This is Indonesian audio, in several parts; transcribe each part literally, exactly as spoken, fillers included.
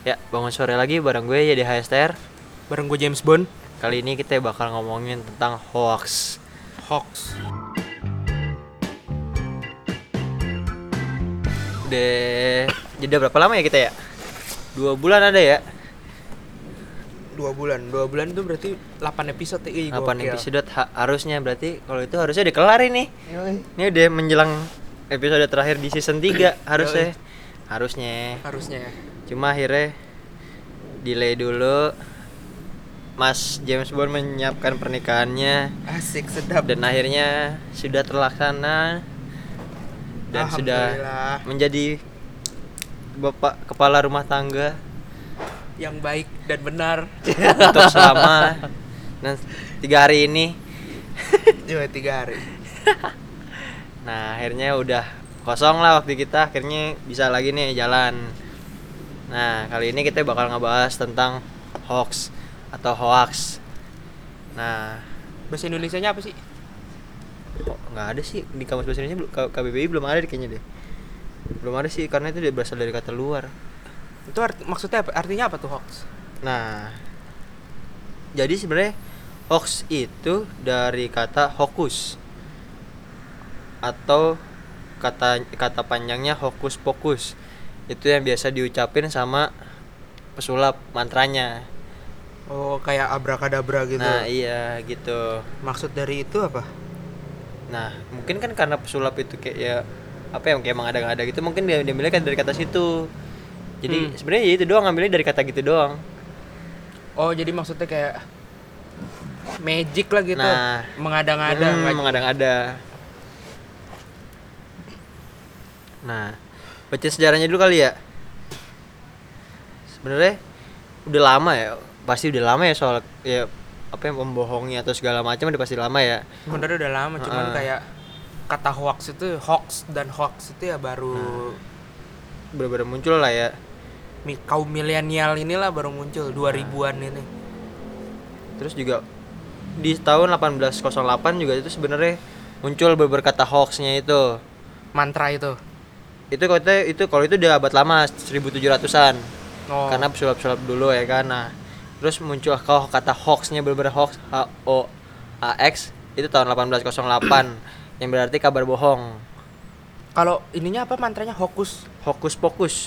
Ya, bangun sore lagi bareng gue ya di H S T R. Bareng gue James Bond. Kali ini kita bakal ngomongin tentang hoax. Hoax. Udah jeda berapa lama ya kita ya? Dua bulan ada ya? Dua bulan. Dua bulan itu berarti delapan episode. Ih, delapan gokil. episode ha- harusnya berarti kalau itu harusnya udah kelar ini. Yoi. Ini udah menjelang episode terakhir di season tiga harusnya. Harusnya. Harusnya ya. Cuma akhirnya delay dulu. Mas James Bond menyiapkan pernikahannya Asik, sedap. dan akhirnya sudah terlaksana dan sudah Alhamdulillah. menjadi bapak kepala rumah tangga Yang baik dan benar. untuk selama dan tiga hari ini. Cuma tiga hari. Nah akhirnya udah kosong lah waktu kita, akhirnya bisa lagi nih jalan. Nah kali ini kita bakal ngebahas tentang hoax atau hoax. Nah Bahasa Indonesianya apa sih? kok nggak ada sih di kamus bahasa Indonesia, K- K B B I belum ada kayaknya deh. Belum ada sih karena itu dia berasal dari kata luar. Itu art- maksudnya apa? Artinya apa tuh hoax? Nah, jadi sebenarnya hoax itu dari kata hokus atau kata kata panjangnya hokus pokus. Itu yang biasa diucapin sama pesulap mantranya. Oh, kayak abrakadabra gitu. Nah, iya gitu. Maksud dari itu apa? Nah, mungkin kan karena pesulap itu kayak ya apa ya, kayak emang ada-ada gitu, mungkin dia diambilnya kan dari kata situ. Jadi Hmm. sebenarnya ya itu doang, ngambilnya dari kata gitu doang. Oh, jadi maksudnya kayak magic lah gitu. Nah, Mengada-ngada. Hmm, nggak- mengada-ngada. Nah, baca sejarahnya dulu kali ya. Sebenarnya udah lama ya, pasti udah lama ya soal ya apa yang membohongi atau segala macam udah pasti lama ya. Sebenarnya udah lama, cuman Heeh. kayak kata hoax itu hoax dan hoax itu ya baru Bener-bener muncul lah ya. mi- kaum milenial inilah baru muncul dua ribuan ini. Terus juga di tahun delapan belas nol delapan juga itu sebenarnya muncul beberapa kata hoaxnya itu. Mantra itu. Itu kalau itu, itu kalau itu udah abad lama seribu tujuh ratusan. Oh. Karena pesulap-pesulap dulu ya kan. Nah, terus muncul kalau kata hoaxnya bener-bener hoax, H O A X itu tahun delapan belas nol delapan yang berarti kabar bohong. Kalau ininya apa mantranya hokus. Hokus pokus.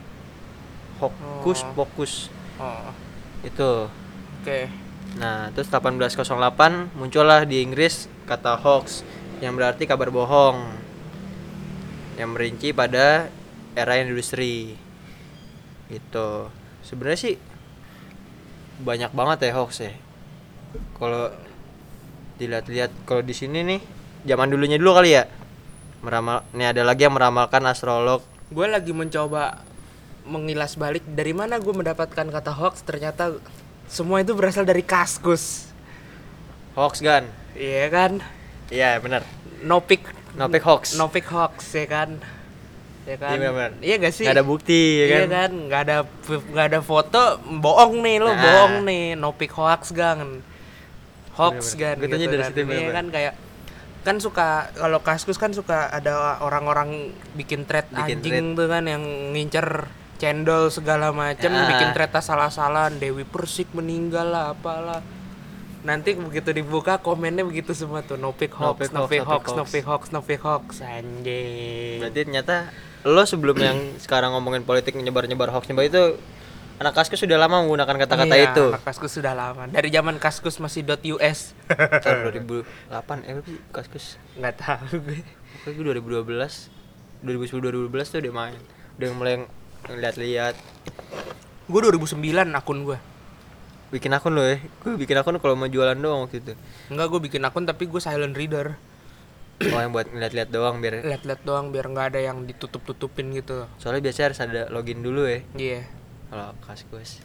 Hokus Oh. pokus Oh. itu. Oke. Nah, terus delapan belas nol delapan muncullah di Inggris kata hoax yang berarti kabar bohong. Yang merinci pada era industri. Gitu. Sebenarnya sih banyak banget ya hoax ya. Kalau dilihat-lihat kalau di sini nih, zaman dulunya dulu kali ya. Meramal, nih ada lagi yang meramalkan astrolog. Gue lagi mencoba mengilas balik dari mana gue mendapatkan kata hoax, ternyata semua itu berasal dari Kaskus. Hoax kan? Iya kan? Iya, benar. Nopik Nopik hoax. Nopik hoax ya kan? Ya kan? Iya, benar. Iya gak sih? Nggak ada bukti ya kan? Iya kan? Nggak ada nggak ada foto, bohong nih lo, Nah. bohong nih. Nopik hoax gang. Hoax Bener-bener. kan Gue tanya gitu dari kan. situ, Iya bener-bener. kan kayak kan suka kalau Kaskus kan suka ada orang-orang bikin thread Bikin anjing tuh kan yang ngincer cendol segala macam, Ya. bikin thread salah-salahan, Dewi Persik meninggal lah apalah. Nanti begitu dibuka komennya begitu semua tuh, nopik hoax, Nopik hoax, nopik hoax, nopik nopik hoax, nopik hoax, anjing. Berarti ternyata lo sebelum yang sekarang ngomongin politik nyebar-nyebar hoax nyebar itu anak Kaskus sudah lama menggunakan kata-kata Iya, itu. anak Kaskus sudah lama. Dari zaman Kaskus masih .us. Tahun dua ribu delapan eh berapa sih Kaskus? Nggak tahu gue. Pokoknya gue dua ribu dua belas dua ribu sepuluh dua ribu dua belas tuh udah main. Udah mulai ngeliat-liat. Gue dua ribu sembilan akun gue. Bikin akun lo ya. Gue bikin akun kalau mau jualan doang waktu itu. Enggak, gue bikin akun tapi gue silent reader. Oh yang buat ngeliat-liat doang biar. Lihat-lihat doang biar nggak ada yang ditutup-tutupin gitu. Soalnya biasanya harus ada login dulu ya. Iya. Kalau Kaskus.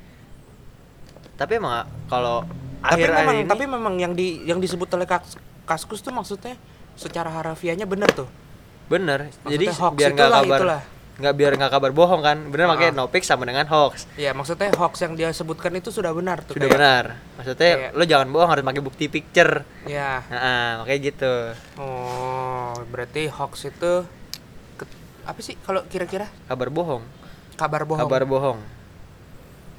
Tapi emang kalau Tapi akhir-akhir memang ini tapi memang yang di yang disebut oleh Kas- Kaskus tuh maksudnya secara harafiahnya benar tuh. bener. Jadi Maksudnya hoax biar nggak itulah, kabar itulah. nggak biar nggak kabar bohong kan. Bener Ah. makanya nopik sama dengan hoax. Iya, maksudnya hoax yang dia sebutkan itu sudah benar tuh. Sudah kayak- benar. Maksudnya kayak- lo jangan bohong, harus pakai bukti picture. Iya. Nah, makanya gitu. Oh, berarti hoax itu ke- apa sih kalau kira-kira Kabar bohong. kabar bohong? Kabar bohong.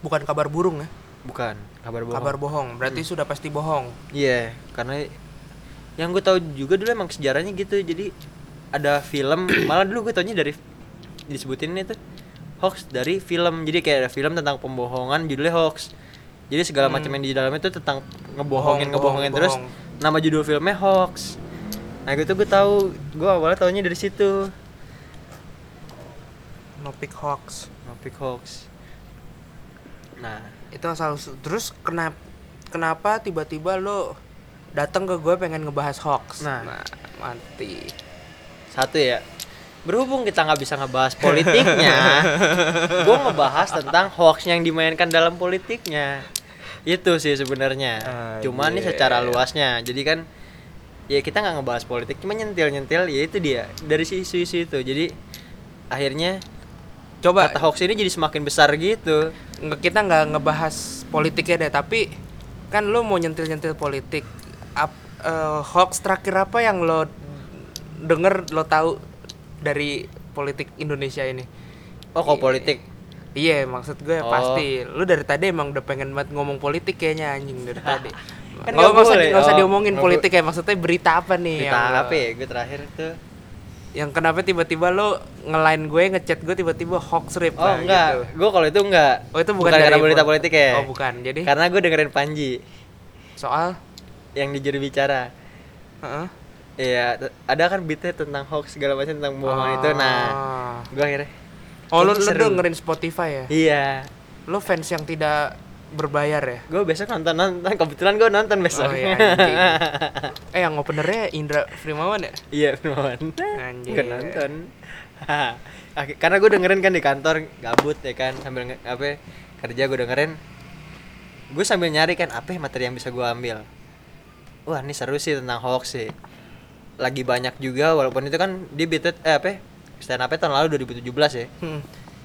bukan kabar burung ya? Bukan, kabar bohong. Kabar bohong. Berarti hmm. sudah pasti bohong. Iya, yeah, karena yang gue tahu juga dulu emang sejarahnya gitu. Jadi ada film, malah dulu gue taunya dari disebutin itu hoax dari film. Jadi kayak ada film tentang pembohongan judulnya hoax. Jadi segala hmm. macam yang di dalamnya itu tentang ngebohongin bohong, ngebohongin bohong, terus bohong. Nama judul filmnya hoax. Nah gitu gue tahu, gue awalnya taunya dari situ. Nopik hoax. Nopik hoax. Nah itu asal terus kenapa kenapa tiba-tiba lo datang ke gue pengen ngebahas hoax? Nah, nah mati. Satu ya, berhubung kita nggak bisa ngebahas politiknya, gue ngebahas tentang hoax yang dimainkan dalam politiknya. Itu sih sebenarnya. Uh, Cuman yeah. nih secara luasnya. Jadi kan ya kita nggak ngebahas politik, cuma nyentil-nyentil. Ya itu dia dari si isu-isu itu. Jadi akhirnya coba kata hoax ini jadi semakin besar gitu. Kita nggak ngebahas politiknya deh, tapi kan lo mau nyentil-nyentil politik. Up, uh, hoax terakhir apa yang lo denger, lo tahu dari politik Indonesia ini? Oh, kok politik? Iya, maksud gue oh. pasti. Lu dari tadi emang udah pengen banget ngomong politik kayaknya anjing dari tadi. Kan nggak usah nggak usah oh, diomongin politik ya, maksudnya berita apa nih? Berita yang apa ya? Gue terakhir tuh. Yang kenapa tiba-tiba lo nge-line gue, ngechat gue tiba-tiba hoax rip. Oh, enggak. Gitu. Gue kalau itu enggak. Oh, itu bukan, bukan dari karena berita politik ya? Oh, bukan. Jadi karena gue dengerin Panji. Soal yang di juru bicara. Heeh. Iya, ada kan beatnya tentang hoax segala macam tentang bohongan oh. itu. Nah, gue akhirnya oh, lo, lo dengerin Spotify ya? Iya. Lo fans yang tidak berbayar ya? Gue besok nonton, nonton. Kebetulan gue nonton besok. Oh iya, eh, yang openernya Indra Frimawan ya? Iya, Frimawan. Anjir. Gue nonton. Karena gue dengerin kan di kantor, gabut ya kan. Sambil apa kerja gue dengerin. Gue sambil nyari kan apa materi yang bisa gue ambil. Wah, ini seru sih tentang hoax sih. Lagi banyak juga, walaupun itu kan dia beat eh apa stand up tahun lalu dua ribu tujuh belas ya. Hmm.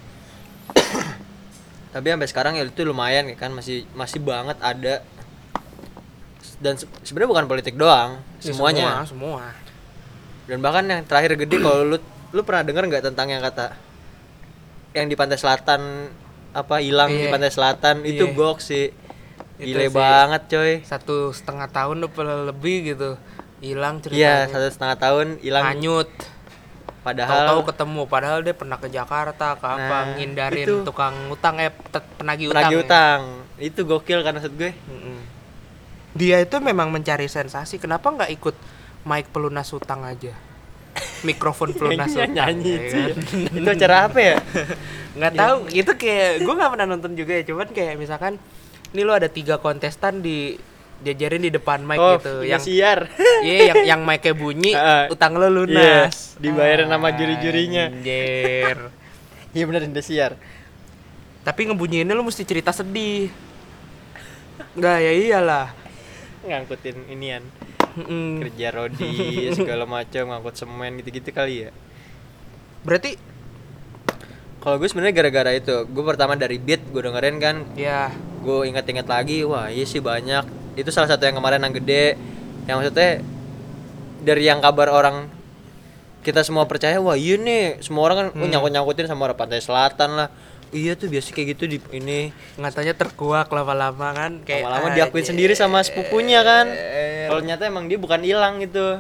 Tapi sampai sekarang ya itu lumayan kan, masih masih banget ada. Dan se- sebenarnya bukan politik doang, ya, semuanya. Semua, semua. Dan bahkan yang terakhir gede kalau lu lu pernah dengar enggak tentang yang kata yang di pantai selatan apa hilang yeah. di pantai selatan yeah. itu box sih. Gile banget coy. Satu setengah tahun udah lebih gitu hilang ceritanya. Iya, satu setengah tahun hilang. Hanyut. Padahal tahu-tahu ketemu, padahal dia pernah ke Jakarta, ke apa, nah, ngindarin itu. Tukang utang eh penagih utang. Penagih utang. Ya. Itu gokil kan maksud gue. Mm-mm. Dia itu memang mencari sensasi. Kenapa nggak ikut mic pelunas utang aja? Mikrofon pelunas utang. Nyanyi ya kan? Itu acara apa ya? Nggak tahu. Itu kayak gue nggak pernah nonton juga ya. Cuman kayak misalkan, ini lo ada tiga kontestan di jajarin di depan mic oh, gitu yang siar. Iya, yang yang mic-nya bunyi, uh, utang lo lunas. Yeah, dibayarin sama juri-jurinya. Anjir. Iya benar udah siar. Tapi ngebunyiinnya lo mesti cerita sedih. Enggak, ya iyalah. Ngangkutin inian. Mm-mm. Kerja rodi segala macam, ngangkut semen gitu-gitu kali ya. Berarti kalau gue sebenarnya gara-gara itu, gue pertama dari beat gue dengerin kan. Iya. Gue inget-inget lagi, wah iya sih banyak. Itu salah satu yang kemarin yang gede, yang maksudnya dari yang kabar orang kita semua percaya, wah iya nih semua orang kan hmm. oh, nyangkut-nyangkutin sama orang pantai selatan lah. Iya tuh biasa kayak gitu di ini. Ngatanya terkuak lama-lama kan, kayak lama-lama diakuin aja sendiri sama sepupunya kan. Kalau ternyata emang dia bukan hilang gitu.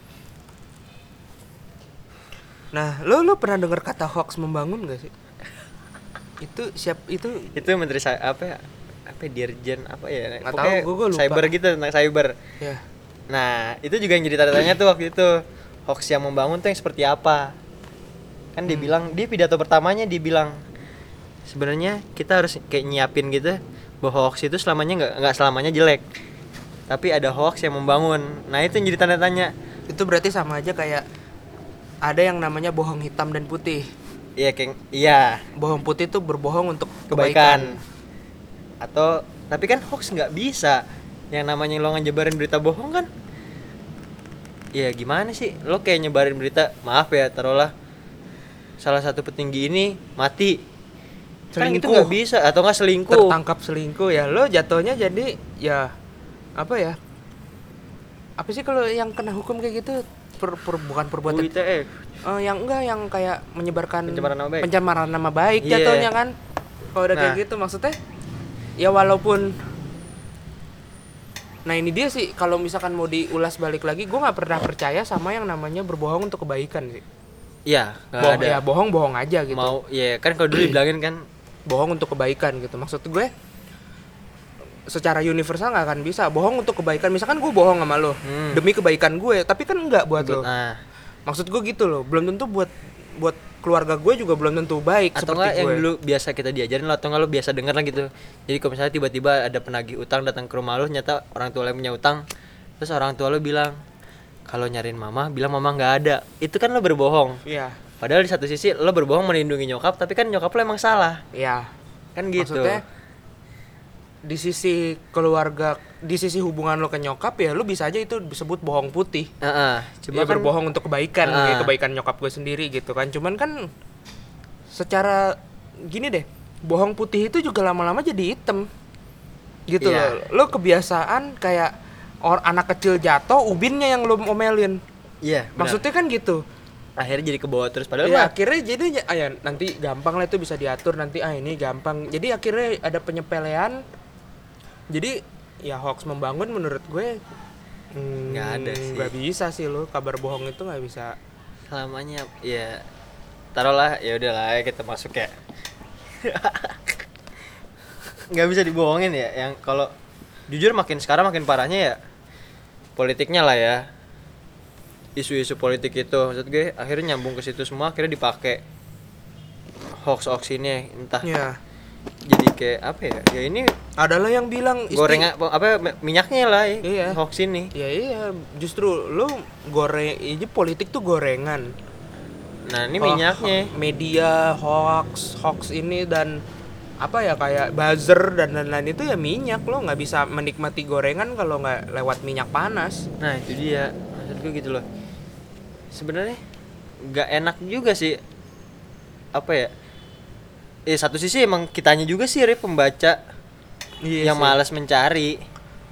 Nah, lo lo pernah dengar kata hoax membangun gak sih? Itu siap itu itu menteri apa ya? Apa dirjen apa ya? Nggak tahu, gue, gue lupa. Cyber gitu, tentang cyber. Ya. Nah, itu juga yang jadi tanda tanya tuh waktu itu. Hoax yang membangun tuh yang seperti apa? Kan dia hmm. bilang, dia pidato pertamanya dia bilang sebenarnya kita harus kayak nyiapin gitu bahwa hoax itu selamanya enggak enggak selamanya jelek. Tapi ada hoax yang membangun. Nah, itu yang jadi tanda tanya. Itu berarti sama aja kayak ada yang namanya bohong hitam dan putih. Iya, kayak iya. Bohong putih itu berbohong untuk kebaikan. kebaikan. Atau tapi kan hoax nggak bisa, yang namanya lo ngejebarin berita bohong kan ya gimana sih, lo kayak nyebarin berita, maaf ya taruhlah salah satu petinggi ini mati selingkuh. Kan itu nggak bisa, atau nggak selingkuh tertangkap selingkuh ya, lo jatuhnya jadi ya apa ya apa sih kalau yang kena hukum kayak gitu per, per, bukan perbuatan U I T E uh, yang enggak yang kayak menyebarkan pencemaran nama baik, pencemaran nama baik yeah. Jatuhnya kan kalau udah nah, kayak gitu maksudnya ya walaupun, nah ini dia sih kalau misalkan mau diulas balik lagi, gue nggak pernah percaya sama yang namanya berbohong untuk kebaikan sih. Iya, nggak Bohong, ada. ya bohong-bohong aja gitu. Mau, ya kan kalau dulu dibilangin kan Bohong untuk kebaikan gitu. Maksud gue secara universal nggak akan bisa bohong untuk kebaikan. Misalkan gue bohong sama lo Hmm. demi kebaikan gue, tapi kan enggak buat lo. nah, Maksud gue gitu loh. Belum tentu buat buat keluarga gue juga belum tentu baik atau seperti enggak yang gue. dulu biasa kita diajarin lo, atau enggak lo biasa denger lah gitu. Jadi kalau misalnya tiba-tiba ada penagih utang datang ke rumah lo, nyata orang tua lo yang punya utang, terus orang tua lo bilang kalau nyariin mama, bilang mama nggak ada, itu kan lo berbohong. Iya, Padahal di satu sisi lo berbohong melindungi nyokap, tapi kan nyokap lo emang salah, iya. kan gitu. Maksudnya di sisi keluarga, di sisi hubungan lo ke nyokap ya lo bisa aja itu disebut bohong putih. Heeh, Cuma cuma kan berbohong untuk kebaikan, Ah. kayak kebaikan nyokap gue sendiri gitu kan. Cuman kan secara gini deh, bohong putih itu juga lama-lama jadi hitam. Gitu Iya. loh. Lo kebiasaan kayak or anak kecil jatuh, ubinnya yang lo omelin. iya, benar. Maksudnya kan gitu. Akhirnya jadi ke bawah terus, padahal Ya mah akhirnya jadi ah, ya, nanti gampang lah itu bisa diatur, nanti ah ini gampang. Jadi akhirnya ada penyepelean. Jadi ya hoax membangun menurut gue hmm, Nggak ada sih. nggak bisa sih lo, kabar bohong itu nggak bisa. selamanya ya taruhlah, ya udahlah ya kita masuk ya. Nggak bisa dibohongin ya, yang kalau jujur makin sekarang makin parahnya ya politiknya lah ya, isu-isu politik itu, maksud gue akhirnya nyambung ke situ semua, akhirnya dipakai hoax-hoax ini, entah Ya, jadi kayak apa ya, ya ini adalah yang bilang isti- goreng apa minyaknya lah ya, Iya. hoax ini. Ya iya, justru lo goreng ini politik tuh gorengan. Nah ini Oh, minyaknya. media hoax, hoax ini dan apa ya kayak buzzer dan lain-lain itu ya minyak. Lo nggak bisa menikmati gorengan kalau nggak lewat minyak panas. Nah itu dia, maksud gue gitu loh. Sebenarnya nggak enak juga sih, apa ya? Eh satu sisi emang kitanya juga sih, Rip, pembaca yang sih. malas mencari.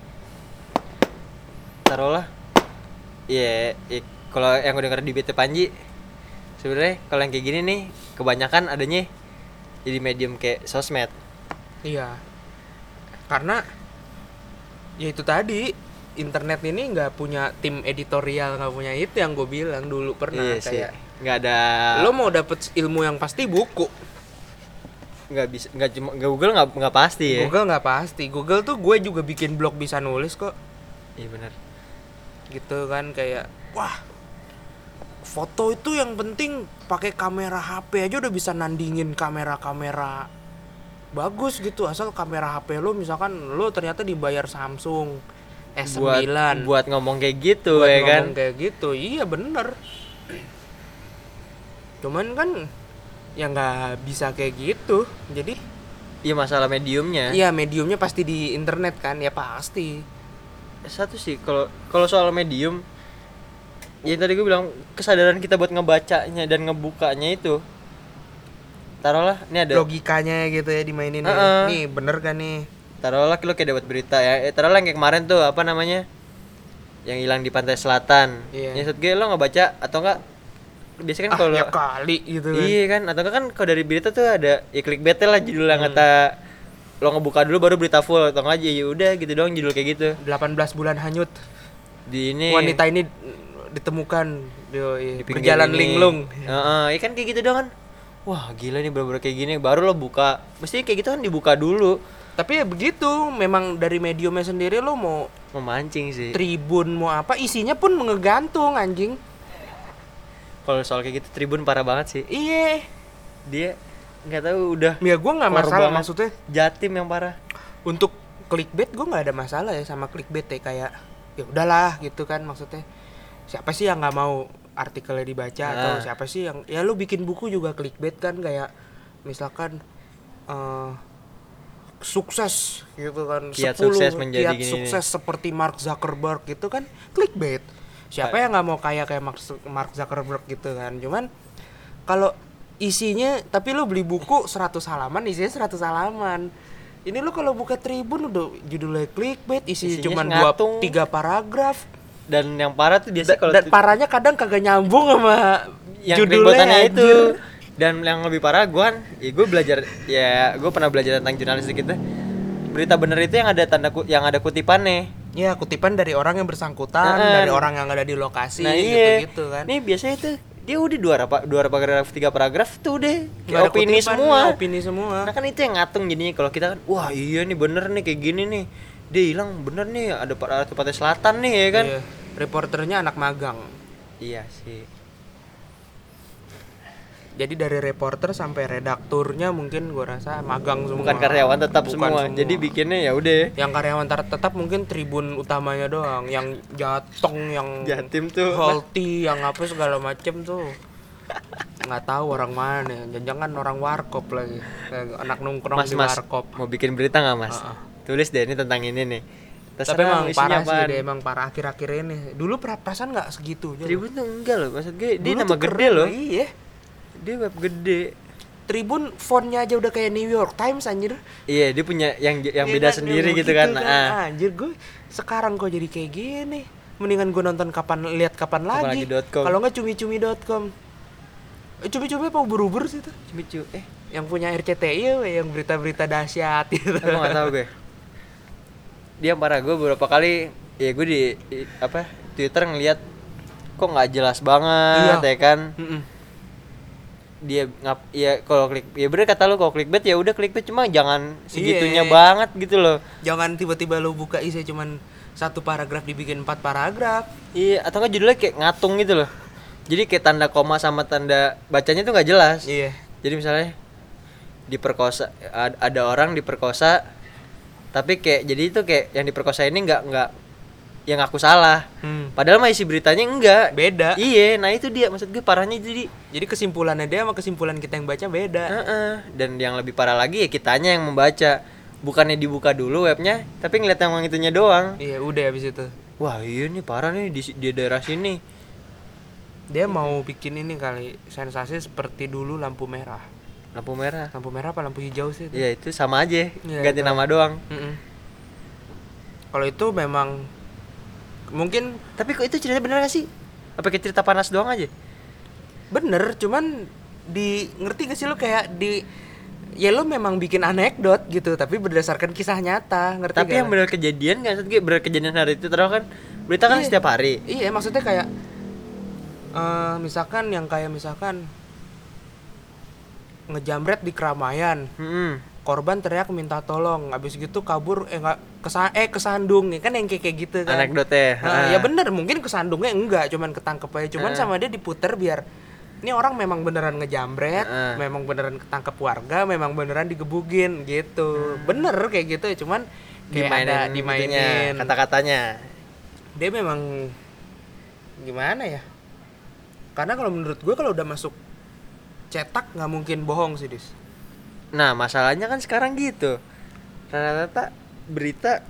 Taruhlah, ya, ya kalau yang gue denger di B T Panji, sebenarnya kalau yang kayak gini nih kebanyakan adanya jadi medium kayak sosmed. Iya. Karena ya itu tadi, internet ini nggak punya tim editorial, nggak punya itu yang gue bilang dulu pernah Iya sih, kayak nggak ada. lo mau dapet ilmu yang pasti buku. Nggak bisa, nggak cuma nggak Google, nggak nggak pasti ya. Google nggak pasti. Google tuh gue juga bikin blog bisa nulis kok. Iya benar. Gitu kan kayak wah, foto itu yang penting pakai kamera H P aja udah bisa nandingin kamera-kamera bagus gitu, asal kamera H P lo misalkan lo ternyata dibayar Samsung S sembilan buat buat ngomong kayak gitu buat ya kan. ngomong kayak gitu. Iya bener, cuman kan ya nggak bisa kayak gitu. Jadi Iya masalah mediumnya. iya mediumnya pasti di internet kan, ya pasti. Satu sih kalau kalau soal medium, ya tadi gue bilang kesadaran kita buat ngebacanya dan ngebukanya itu. Taruhlah ini ada Logikanya gitu ya dimainin ya. Uh-uh. Nih bener kan nih. taruhlah lo kayak dapat berita ya. Eh, taruhlah yang kayak kemarin tuh apa namanya? Yang hilang di pantai selatan. Iya. Ya maksud gue lo ngebaca atau enggak, biasanya kan Ah, kalau ya kali gitu kan. iya kan, atau enggak kan kalau dari berita tuh ada ya clickbait lah judul yang Hmm. kata lo ngebuka dulu baru berita full, atau enggak aja ya udah gitu doang judul kayak gitu. delapan belas bulan hanyut. Di ini Wanita ini ditemukan di yoi, pinggir berjalan ini. linglung. Heeh, iya kan kayak gitu doang kan. Wah, gila nih bener-bener kayak gini baru lo buka. Mesti kayak gitu kan dibuka dulu. Tapi ya begitu, memang dari mediumnya sendiri lo mau Memancing sih. tribun mau apa isinya pun mengegantung anjing. Kalau soal kayak gitu Tribun parah banget sih. Iya. Dia nggak tahu udah Ya gue nggak keluar masalah banget. maksudnya Jatim yang parah. untuk clickbait gue nggak ada masalah ya sama clickbait ya, kayak ya udahlah gitu kan. Maksudnya siapa sih yang nggak mau artikelnya dibaca, atau Nah. siapa sih yang ya lu bikin buku juga clickbait kan, kayak misalkan eh, sukses gitu kan, Kiat sepuluh sukses menjadi kiat gini sukses seperti Mark Zuckerberg gitu kan, clickbait. Siapa yang nggak mau kaya kayak Mark Zu- Mark Zuckerberg gitu kan. Cuman kalau isinya, tapi lu beli buku seratus halaman, isinya seratus halaman. Ini lu kalau buka Tribun udah judulnya clickbait, isinya, Isinya cuma dua ngatung. tiga paragraf. Dan yang parah tuh biasanya Da- kalau dan tu- parahnya kadang kagak nyambung sama yang judulnya clickbaitannya itu. anjir. Dan yang lebih parah gue kan, ya gue belajar, ya gue pernah belajar tentang jurnalistik gitu. berita bener itu yang ada tanda ku- yang ada kutipannya. Ya kutipan dari orang yang bersangkutan, Nah, dari orang yang ada di lokasi nah iya. gitu-gitu kan. Nih biasanya tuh dia udah dua apa dua paragraf tiga paragraf tuh udah Nggak kayak ada opini kutipan, semua. opini semua. Nah kan itu yang ngatung jadinya kalau kita kan wah iya nih bener nih kayak gini nih. Dia hilang bener nih ada Pantai Pantai Selatan nih ya kan. Iya. Reporternya anak magang. Iya sih. Jadi dari reporter sampai redakturnya mungkin gua rasa magang semua. Bukan karyawan tetap Bukan semua. Jadi bikinnya ya udah. Yang karyawan tar- tetap mungkin tribun utamanya doang, yang jatong, yang Jatim tuh. Holti, yang apa segala macem tuh. Nggak tahu orang mana, jangan orang warkop lagi. Kayak anak nongkrong Mas di Mas warkop. mau bikin berita nggak Mas? Uh-uh. Tulis deh ini tentang ini nih. Tapi Terserah emang isinya parah sih apaan. dia, emang parah akhir-akhir ini. Dulu pra- perasaan nggak segitu. Tribun tuh enggak loh, maksud gue dia Dulu nama tuh gede keren, loh. Iya. Dia web gede. Tribun fontnya aja udah kayak New York Times anjir. Iya, dia punya yang yang Iya beda kan, sendiri yang gitu kan. begitu Ah. Anjir gue sekarang kok jadi kayak gini. Mendingan gue nonton kapan lihat kapan Kapan lagi. lagi dot com. Kalau nggak cumi-cumi dot com. Eh, cumi-cumi apa ubur-ubur sih itu? Cemicu. Eh, Yang punya R C T I ya, yang berita-berita dahsyat gitu. aku enggak tahu gue. Dia parah gue beberapa kali ya gue di, di apa Twitter ngeliat kok nggak jelas banget Iya. ya kan. Mm-mm. Dia ngap ya kalau klik ya bener kata lu kalau clickbait ya udah clickbait cuma jangan segitunya Iya. banget gitu loh. Jangan tiba-tiba lu buka isi cuman satu paragraf dibikin empat paragraf. Iya, atau enggak judulnya kayak ngatung gitu loh. Jadi kayak tanda koma sama tanda bacanya tuh nggak jelas. Iya. Jadi misalnya diperkosa ad- ada orang diperkosa tapi kayak jadi itu kayak yang diperkosa ini nggak nggak yang ngaku salah. Hmm. Padahal mah isi beritanya enggak. Beda. Iya, nah itu dia maksud gue parahnya jadi Jadi kesimpulannya dia sama kesimpulan kita yang baca beda. Heeh. Dan yang lebih parah lagi ya kitanya yang membaca. Bukannya dibuka dulu webnya, tapi ngeliat yang itunya doang. Iya, udah habis itu. Wah iya nih parah nih di, di daerah sini. Dia mau bikin ini kali sensasi seperti dulu lampu merah. Lampu merah. Lampu merah apa lampu hijau sih itu? Iya itu sama aja, Iya, ganti itu. nama doang. Mm-mm. Kalau itu memang mungkin Tapi kok itu cerita bener gak sih? Apa kayak cerita panas doang aja? bener, cuman di ngerti gak sih lo kayak di ya lo memang bikin anekdot gitu, tapi berdasarkan kisah nyata, ngerti Tapi gak yang lo? bener kejadian kan, maksud gue bener kejadian hari itu terus kan berita kan Iya. setiap hari. Iya, maksudnya kayak eh, misalkan yang kayak misalkan ngejamret di keramaian, Hmm. korban teriak minta tolong, habis gitu kabur eh nggak kesa eh kesandung nih kan, yang kayak kayak gitu kan. Anekdotnya. Nah, Ah. ya bener, mungkin kesandungnya enggak, cuman ketangkep aja, cuman Ah. sama dia diputer biar ini orang memang beneran ngejamret, Ah. memang beneran ketangkep warga, memang beneran digebugin gitu. Bener kayak gitu ya, cuman kayak ada Dimainin dimainin itunya, kata-katanya. Dia memang gimana ya? Karena kalau menurut gue kalau udah masuk cetak nggak mungkin bohong sih, Dis. Nah masalahnya kan sekarang gitu, rata-rata berita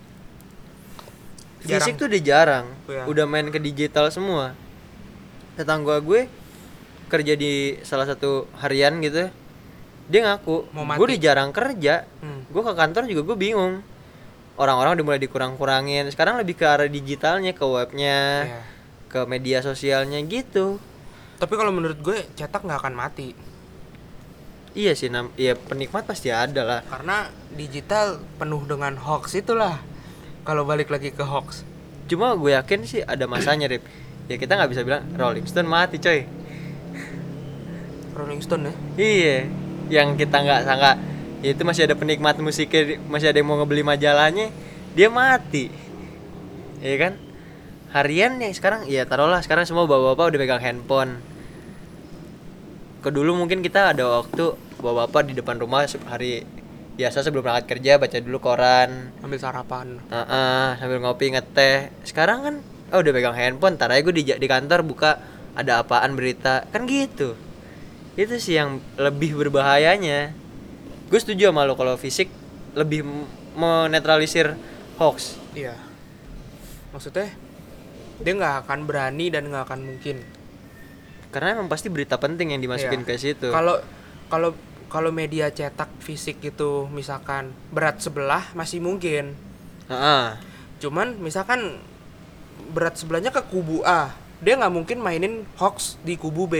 fisik Jarang. tuh udah jarang, Iya. udah main ke digital semua. Tetangga gue kerja di salah satu harian gitu, dia ngaku, Mau mati. gue udah jarang kerja, Hmm. gue ke kantor juga gue bingung. Orang-orang udah mulai dikurang-kurangin, sekarang lebih ke arah digitalnya, ke webnya, Iya. ke media sosialnya gitu. Tapi kalau menurut gue cetak nggak akan mati, Iya sih, nam- iya penikmat pasti ada lah. karena digital penuh dengan hoax itulah. Kalau balik lagi ke hoax, Cuma gue yakin sih ada masanya, Rip. Ya kita nggak bisa bilang Rolling Stone mati, coy. Rolling Stone ya. Iya, yang kita nggak sangka ya itu masih ada penikmat musiknya, masih ada yang mau ngebeli majalahnya, dia mati. Iya kan? Harian nih sekarang, ya taruhlah sekarang semua bapak-bapak udah pegang handphone. Ke dulu mungkin kita ada waktu bapak-bapak di depan rumah se- hari biasa sebelum berangkat kerja baca dulu koran, Ambil sarapan. uh-uh, sambil ngopi ngeteh. Sekarang kan oh udah pegang handphone, tar aja gue di, di kantor buka ada apaan berita, kan gitu. Itu sih yang lebih berbahayanya. Gue setuju sama lo kalau fisik lebih m- menetralisir hoax. Iya. Maksudnya dia nggak akan berani dan nggak akan mungkin. Karena emang pasti berita penting yang dimasukin Iya. ke situ. Kalau kalau kalau media cetak fisik gitu misalkan berat sebelah masih mungkin. Heeh. Cuman misalkan berat sebelahnya ke kubu A, dia nggak mungkin mainin hoax di kubu B.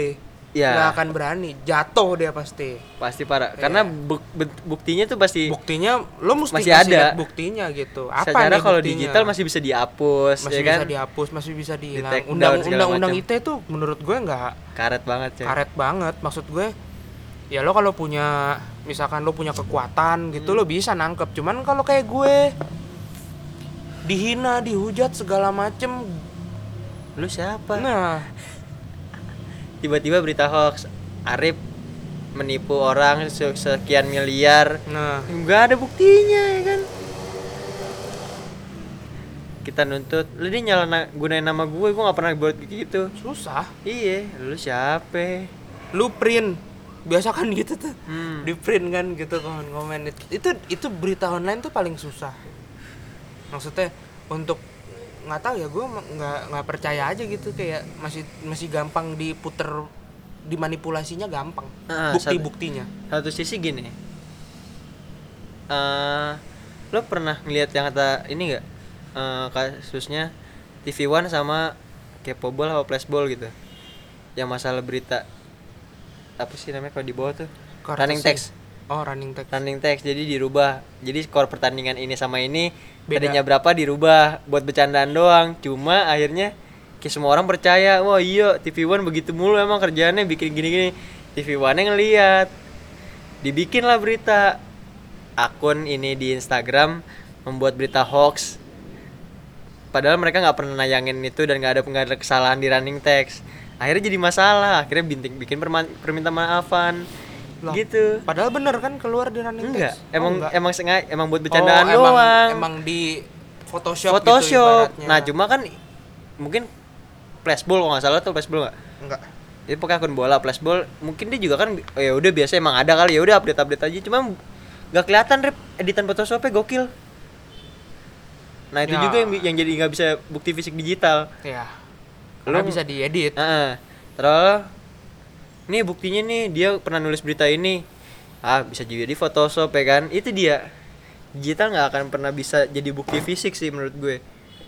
Ya. nggak akan berani, jatuh dia pasti. Pasti parah. Iya. Karena buk, bet- buktinya tuh pasti Buktinya lo mesti Masih kasih ada. lihat buktinya gitu. Apa secara nih kalau buktinya? digital masih bisa dihapus, masih ya bisa kan? dihapus, masih bisa dihilang. Di take Undang down segala undang undang macam. I T itu menurut gue nggak Karet banget, coy. karet banget. Maksud gue ya lo kalau punya misalkan lo punya kekuatan gitu Hmm. lo bisa nangkep. Cuman kalau kayak gue dihina, dihujat segala macem. Lu siapa? Nah, Tiba-tiba berita hoax, Arif menipu orang se- sekian miliar. nah Nggak ada buktinya, ya kan? Kita nuntut, lu dia nyala na- gunain nama gue, gue nggak pernah buat kayak gitu. susah. Iya, lu siapa? Lu print biasa kan gitu tuh. Hmm. Di print kan gitu komen-komen itu, itu itu berita online tuh paling susah. Maksudnya untuk nggak tahu ya, gue nggak nggak percaya aja gitu, kayak masih masih gampang diputer, dimanipulasinya gampang. Ah, Bukti-buktinya. Satu sisi gini, eh lo pernah ngeliat yang kata ini nggak, Eh, kasusnya T V One sama Kepobol atau Flashball gitu, yang masalah berita apa sih namanya kalau di bawah tuh, Courtesy. running text. Oh, running text. Running text, jadi dirubah. Jadi skor pertandingan ini sama ini Beda. tadinya berapa dirubah buat bercandaan doang. Cuma akhirnya kayak semua orang percaya, wah iya T V One begitu mulu emang kerjaannya bikin gini-gini. T V One yang ngeliat, dibikinlah berita. Akun ini di Instagram membuat berita hoax. Padahal mereka nggak pernah nayangin itu dan nggak ada nggak ada kesalahan di running text. Akhirnya jadi masalah. Akhirnya bintik bikin perma- permintaan maafan. Lah, Gitu. Padahal bener kan keluar di running Enggak, text. Oh, emang enggak. emang sengaja emang buat bercandaan Oh, emang, doang. emang di Photoshop, gitu Photoshop. ibaratnya. Nah, cuma kan mungkin flashball kalau nggak salah tuh flashball nggak? enggak. Jadi pakai akun bola flashball, mungkin dia juga kan oh, ya udah biasa emang ada kali, ya udah update-update aja. Cuma nggak kelihatan rip editan Photoshopnya gokil. Nah, itu Ya. juga yang, yang jadi nggak bisa bukti fisik digital. Ya. Lu- Karena bisa diedit. Heeh. Terus nih buktinya nih dia pernah nulis berita ini. Ah, bisa juga di Photoshop ya kan? Itu dia. Digital nggak akan pernah bisa jadi bukti fisik sih menurut gue.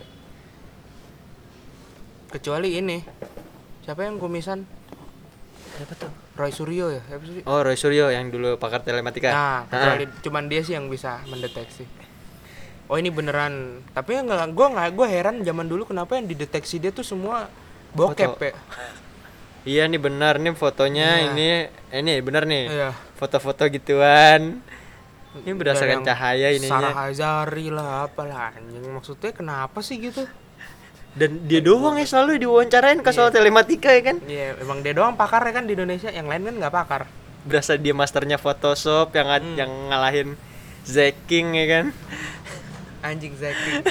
Kecuali ini. Siapa yang kumisan? Siapa tuh? Roy Suryo ya? Siapa sih? Oh, Roy Suryo yang dulu pakar telematika. Nah, Heeh. kecuali cuman dia sih yang bisa mendeteksi. Oh, ini beneran. Tapi enggak, gua enggak, gua heran zaman dulu kenapa yang dideteksi dia tuh semua bokep Foto. ya. Iya nih benar nih fotonya, Iya. ini ini benar nih. Iya. Foto-foto gituan. Ini berdasarkan Dan yang cahaya Sarah ininya. Azari lah apalah anjing. Maksudnya kenapa sih gitu? Dan dia doang ya selalu diwawancarain ke soal Iya. telematika ya kan. Iya, emang dia doang pakar ya kan di Indonesia, yang lain kan nggak pakar. Berasa dia masternya Photoshop yang Hmm. yang ngalahin Zeking ya kan. Anjing Zaki.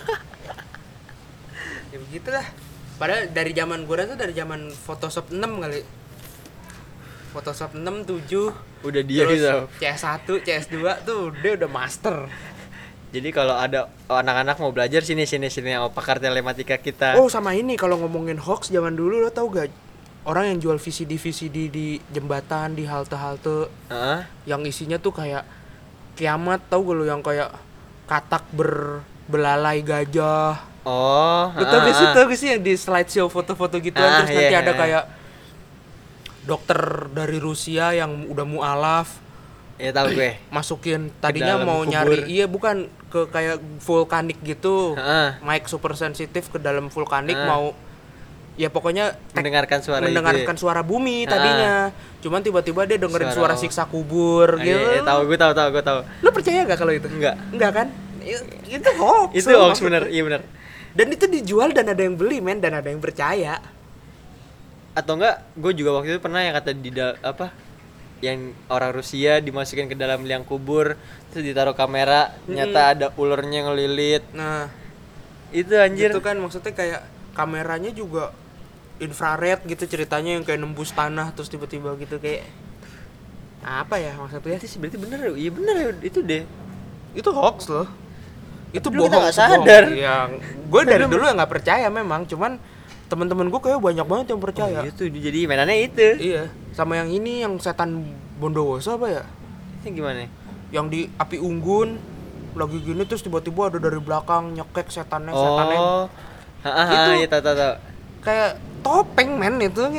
Ya begitulah. Padahal dari zaman gue tuh dari zaman Photoshop enam kali. Photoshop enam, tujuh Udah dia terus gitu. C S satu, C S dua tuh dia udah master. Jadi kalau ada anak-anak mau belajar sini sini sini yang pakar telematika kita. Oh, sama ini kalau ngomongin hoax zaman dulu lo tau gak? Orang yang jual V C D V C D di jembatan, di halte-halte, Heeh. yang isinya tuh kayak kiamat, tau gak lo, yang kayak katak ber belalai gajah. Oh, Lo tau gak sih, ah, tau gak sih yang di slideshow foto-foto gitu Ah, terus iya, nanti ada iya. kayak dokter dari Rusia yang udah mualaf ya tahu gue. masukin tadinya dalam mau kubur. nyari, iya bukan ke kayak vulkanik gitu, Heeh. mic super sensitif ke dalam vulkanik, Ah. mau ya pokoknya tek- Mendengarkan suara mendengarkan itu. suara bumi Ah. tadinya, cuman tiba-tiba dia dengerin Suara- suara, siksa kubur Ya. gitu. Iya, iya, tahu gue tahu tahu gue tahu. Lo percaya gak kalau itu? Enggak. Enggak kan? I- Itu hoax. Itu lo hoax maksud- bener, iya bener. Dan itu dijual dan ada yang beli men, dan ada yang percaya. Atau enggak, gue juga waktu itu pernah yang kata di dal- apa? Yang orang Rusia dimasukin ke dalam liang kubur terus ditaruh kamera, nyata ada ulernya ngelilit. Nah, Itu anjir. itu kan maksudnya kayak kameranya juga infrared gitu ceritanya, yang kayak nembus tanah terus tiba-tiba gitu kayak apa ya maksudnya? Itu sih berarti bener ya? Iya bener ya, itu deh. Itu hoax loh. Itu dulu kita bohong. nggak sadar. Yang gue dari dulu nggak percaya memang, cuman teman-teman gue kayak banyak banget yang percaya. Oh, itu jadi mainannya itu. Iya, sama yang ini yang setan Bondowoso apa ya? Itu gimana? Yang di api unggun lagi gini terus tiba-tiba ada dari belakang nyekek setannya, setannya Oh. Hahaha, Itu- iya tahu tahu tahu. kayak topeng men, itu kayak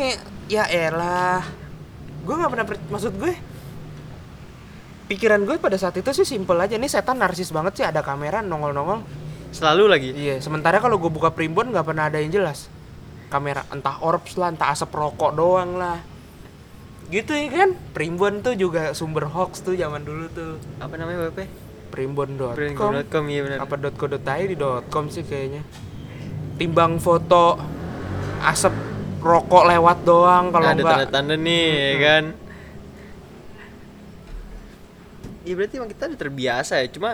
Ya elah, gue nggak pernah per- maksud gue, pikiran gue pada saat itu sih simple aja. Nih setan narsis banget sih, ada kamera nongol-nongol. Selalu lagi. Iya, sementara kalau gue buka primbon nggak pernah ada yang jelas. Kamera entah orbs lah, entah asap rokok doang lah. Gitu ya kan? Primbon tuh juga sumber hoax tuh zaman dulu tuh. Apa namanya W P? primbon dot com. primbon dot com iya benar. Apa .co.id di .com sih kayaknya. Timbang foto asap rokok lewat doang kalau ada enggak. tanda-tanda nih Hmm. ya kan. Iya berarti emang kita udah terbiasa ya, cuma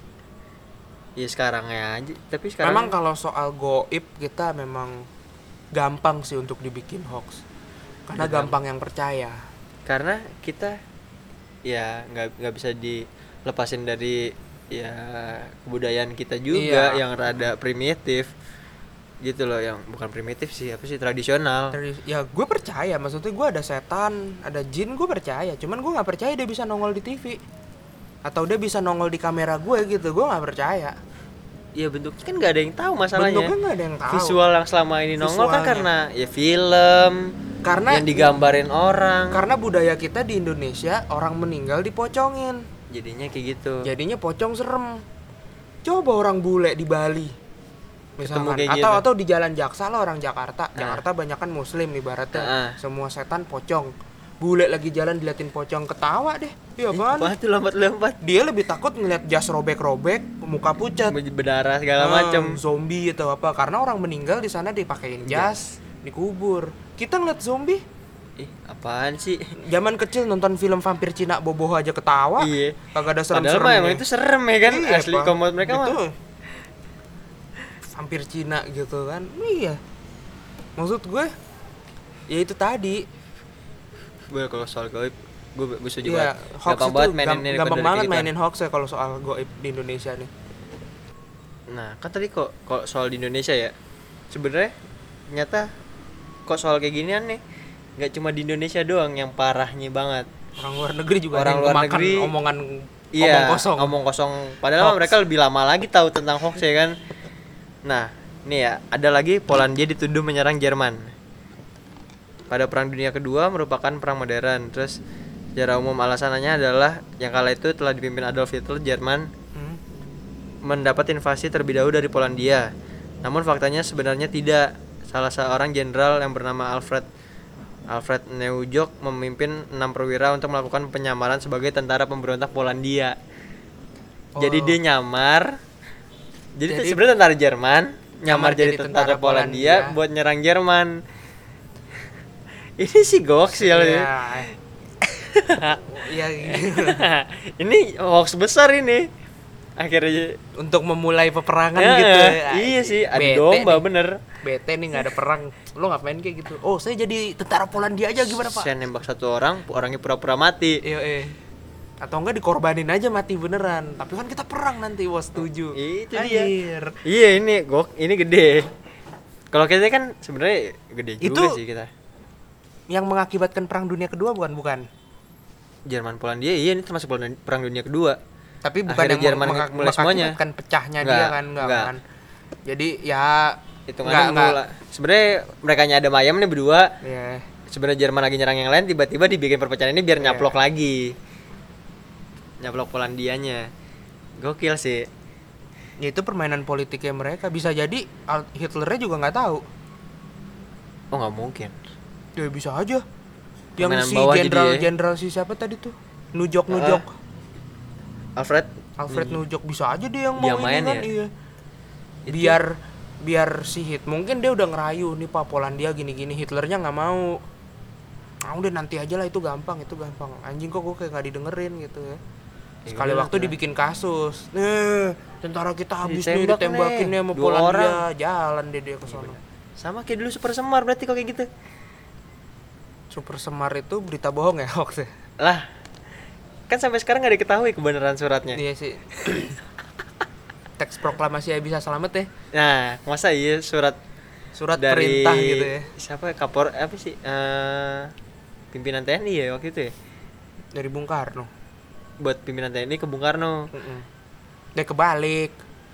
ya sekarang ya aja. Tapi sekarang Memang kalau soal goib kita memang gampang sih untuk dibikin hoax. Karena Iya, gampang yang percaya. karena kita ya nggak nggak bisa dilepasin dari ya kebudayaan kita juga Iya. yang rada primitif gitu loh, yang bukan primitif sih, apa sih, tradisional. Dari ya gue percaya, maksudnya gue ada setan, ada jin, gue percaya. Cuman gue nggak percaya dia bisa nongol di T V atau dia bisa nongol di kamera gue gitu. Gue nggak percaya. Ya bentuknya kan nggak ada yang tahu masalahnya. Bentuknya nggak ada yang tahu. Visual yang selama ini nongol kan Visualnya. karena ya film, Karena yang digambarin orang. Karena budaya kita di Indonesia orang meninggal dipocongin. Jadinya kayak gitu. Jadinya pocong serem. Coba orang bule di Bali, misalkan, kayak atau gitu. atau di Jalan Jaksa lah orang Jakarta. Jakarta banyak kan Muslim ibaratnya. Ah. Semua setan pocong. Bule lagi jalan diliatin pocong ketawa deh. Iya kan? Wah tuh lompat-lompat, Dia lebih takut ngeliat jas robek-robek, muka pucat, berdarah segala Ah, macem. zombie atau apa. Karena orang meninggal di sana dipakein jas, dikubur. Kita ngeliat zombie. Ih, apaan sih? Zaman kecil nonton film vampir Cina boboh aja ketawa. Iya. Kagak ada Padahal serem-serem. mah emang itu serem ya kan, Iya, asli Pak. komod mereka Itu mah. vampir Cina gitu kan. Iya. Maksud gue ya itu tadi. Gue kalau soal gaib, gue gue setuju Iya, banget. hoax Gampang itu banget mainin gam- ini gampang kode banget kayak gituan. mainin hoax ya kalau soal goib di Indonesia nih. Nah, kan tadi kok kok soal di Indonesia ya. Sebenarnya ternyata kok soal kayak ginian nih nggak cuma di Indonesia doang yang parahnya banget. Orang luar negeri juga Orang ada yang luar kemakan negeri, omongan Iya, omong kosong. omong kosong. Padahal Hoax. mereka lebih lama lagi tahu tentang hoax ya kan. Nah, nih ya, ada lagi Polandia dituduh menyerang Jerman. Pada Perang Dunia Kedua merupakan perang modern. Terus secara umum alasannya adalah yang kala itu telah dipimpin Adolf Hitler, Jerman Hmm. mendapat invasi terlebih dahulu dari Polandia. Namun faktanya sebenarnya tidak. Salah seorang jenderal yang bernama Alfred Alfred Neujoch memimpin enam perwira untuk melakukan penyamaran sebagai tentara pemberontak Polandia. Oh. Jadi dia nyamar. Jadi, Jadi- sebenarnya tentara Jerman nyamar Nyamar jadi, jadi tentara, tentara Polandia, Polandia. buat nyerang Jerman. Ini sih goks ya. Iya. Iya. Ini hoax besar ini. Akhirnya Untuk memulai peperangan Ya, gitu. iya sih, ada Bete domba nih. bener. Bete nih nggak ada perang. Lo ngapain kayak gitu? Oh, saya jadi tentara Polandia aja gimana, Pak? Saya nembak satu orang, orangnya pura-pura mati. Iya, eh. Atau enggak dikorbanin aja mati beneran. Tapi kan kita perang nanti, wah setuju. Itu dia. Anjir. Iya ini gok, ini gede. Kalau kita kan sebenarnya gede juga Itu- sih kita. Yang mengakibatkan perang dunia kedua bukan bukan. Jerman Polandia, iya ini termasuk Polan- perang dunia kedua. Tapi bukan Akhirnya yang Jerman meng- mulai semuanya. mengakibatkan pecahnya Enggak, dia kan, enggak, enggak. kan. Jadi ya Hitungannya mula. Sebenarnya mereka ada mayam nih berdua. ya Sebenarnya Jerman lagi nyerang yang lain, tiba-tiba dibikin perpecahan ini biar Iya. nyaplok lagi. Nyaplok Polandianya. Gokil sih. ya itu permainan politiknya mereka. Bisa jadi Al- Hitlernya juga nggak tahu. Oh nggak mungkin. Ya bisa aja. Yang Permainan si bawah jadi jenderal ya. jenderal si siapa tadi tuh? Nujok Nujok. Alfred. Alfred Nujok bisa aja dia yang Dia mau main ini kan. ya? Iya. Itu- Biar biar si Hit mungkin dia udah ngerayu nih Pak Polandia gini-gini, Hitlernya nggak mau. Ah udah nanti aja lah, itu gampang, itu gampang. Anjing kok gue kayak nggak didengerin gitu ya. Ya Sekali udah, waktu udah. dibikin kasus. Nih, tentara kita habis nih Ditembak ditembakin nih, nih sama dua Polandia. orang. Jalan deh dia ke sono. Sama kayak dulu Super Semar berarti kok kayak gitu. Super Semar itu berita bohong ya hoax ya? Lah, kan sampai sekarang nggak diketahui kebenaran suratnya. Iya sih. Teks proklamasi Bisa Selamat ya. Nah, masa iya surat Surat dari perintah gitu ya. siapa ya? Kapor apa sih? Eh, pimpinan T N I ya waktu itu ya. Dari Bung Karno. Buat pimpinan T N I ke Bung Karno. Mm-mm. Dia kebalik.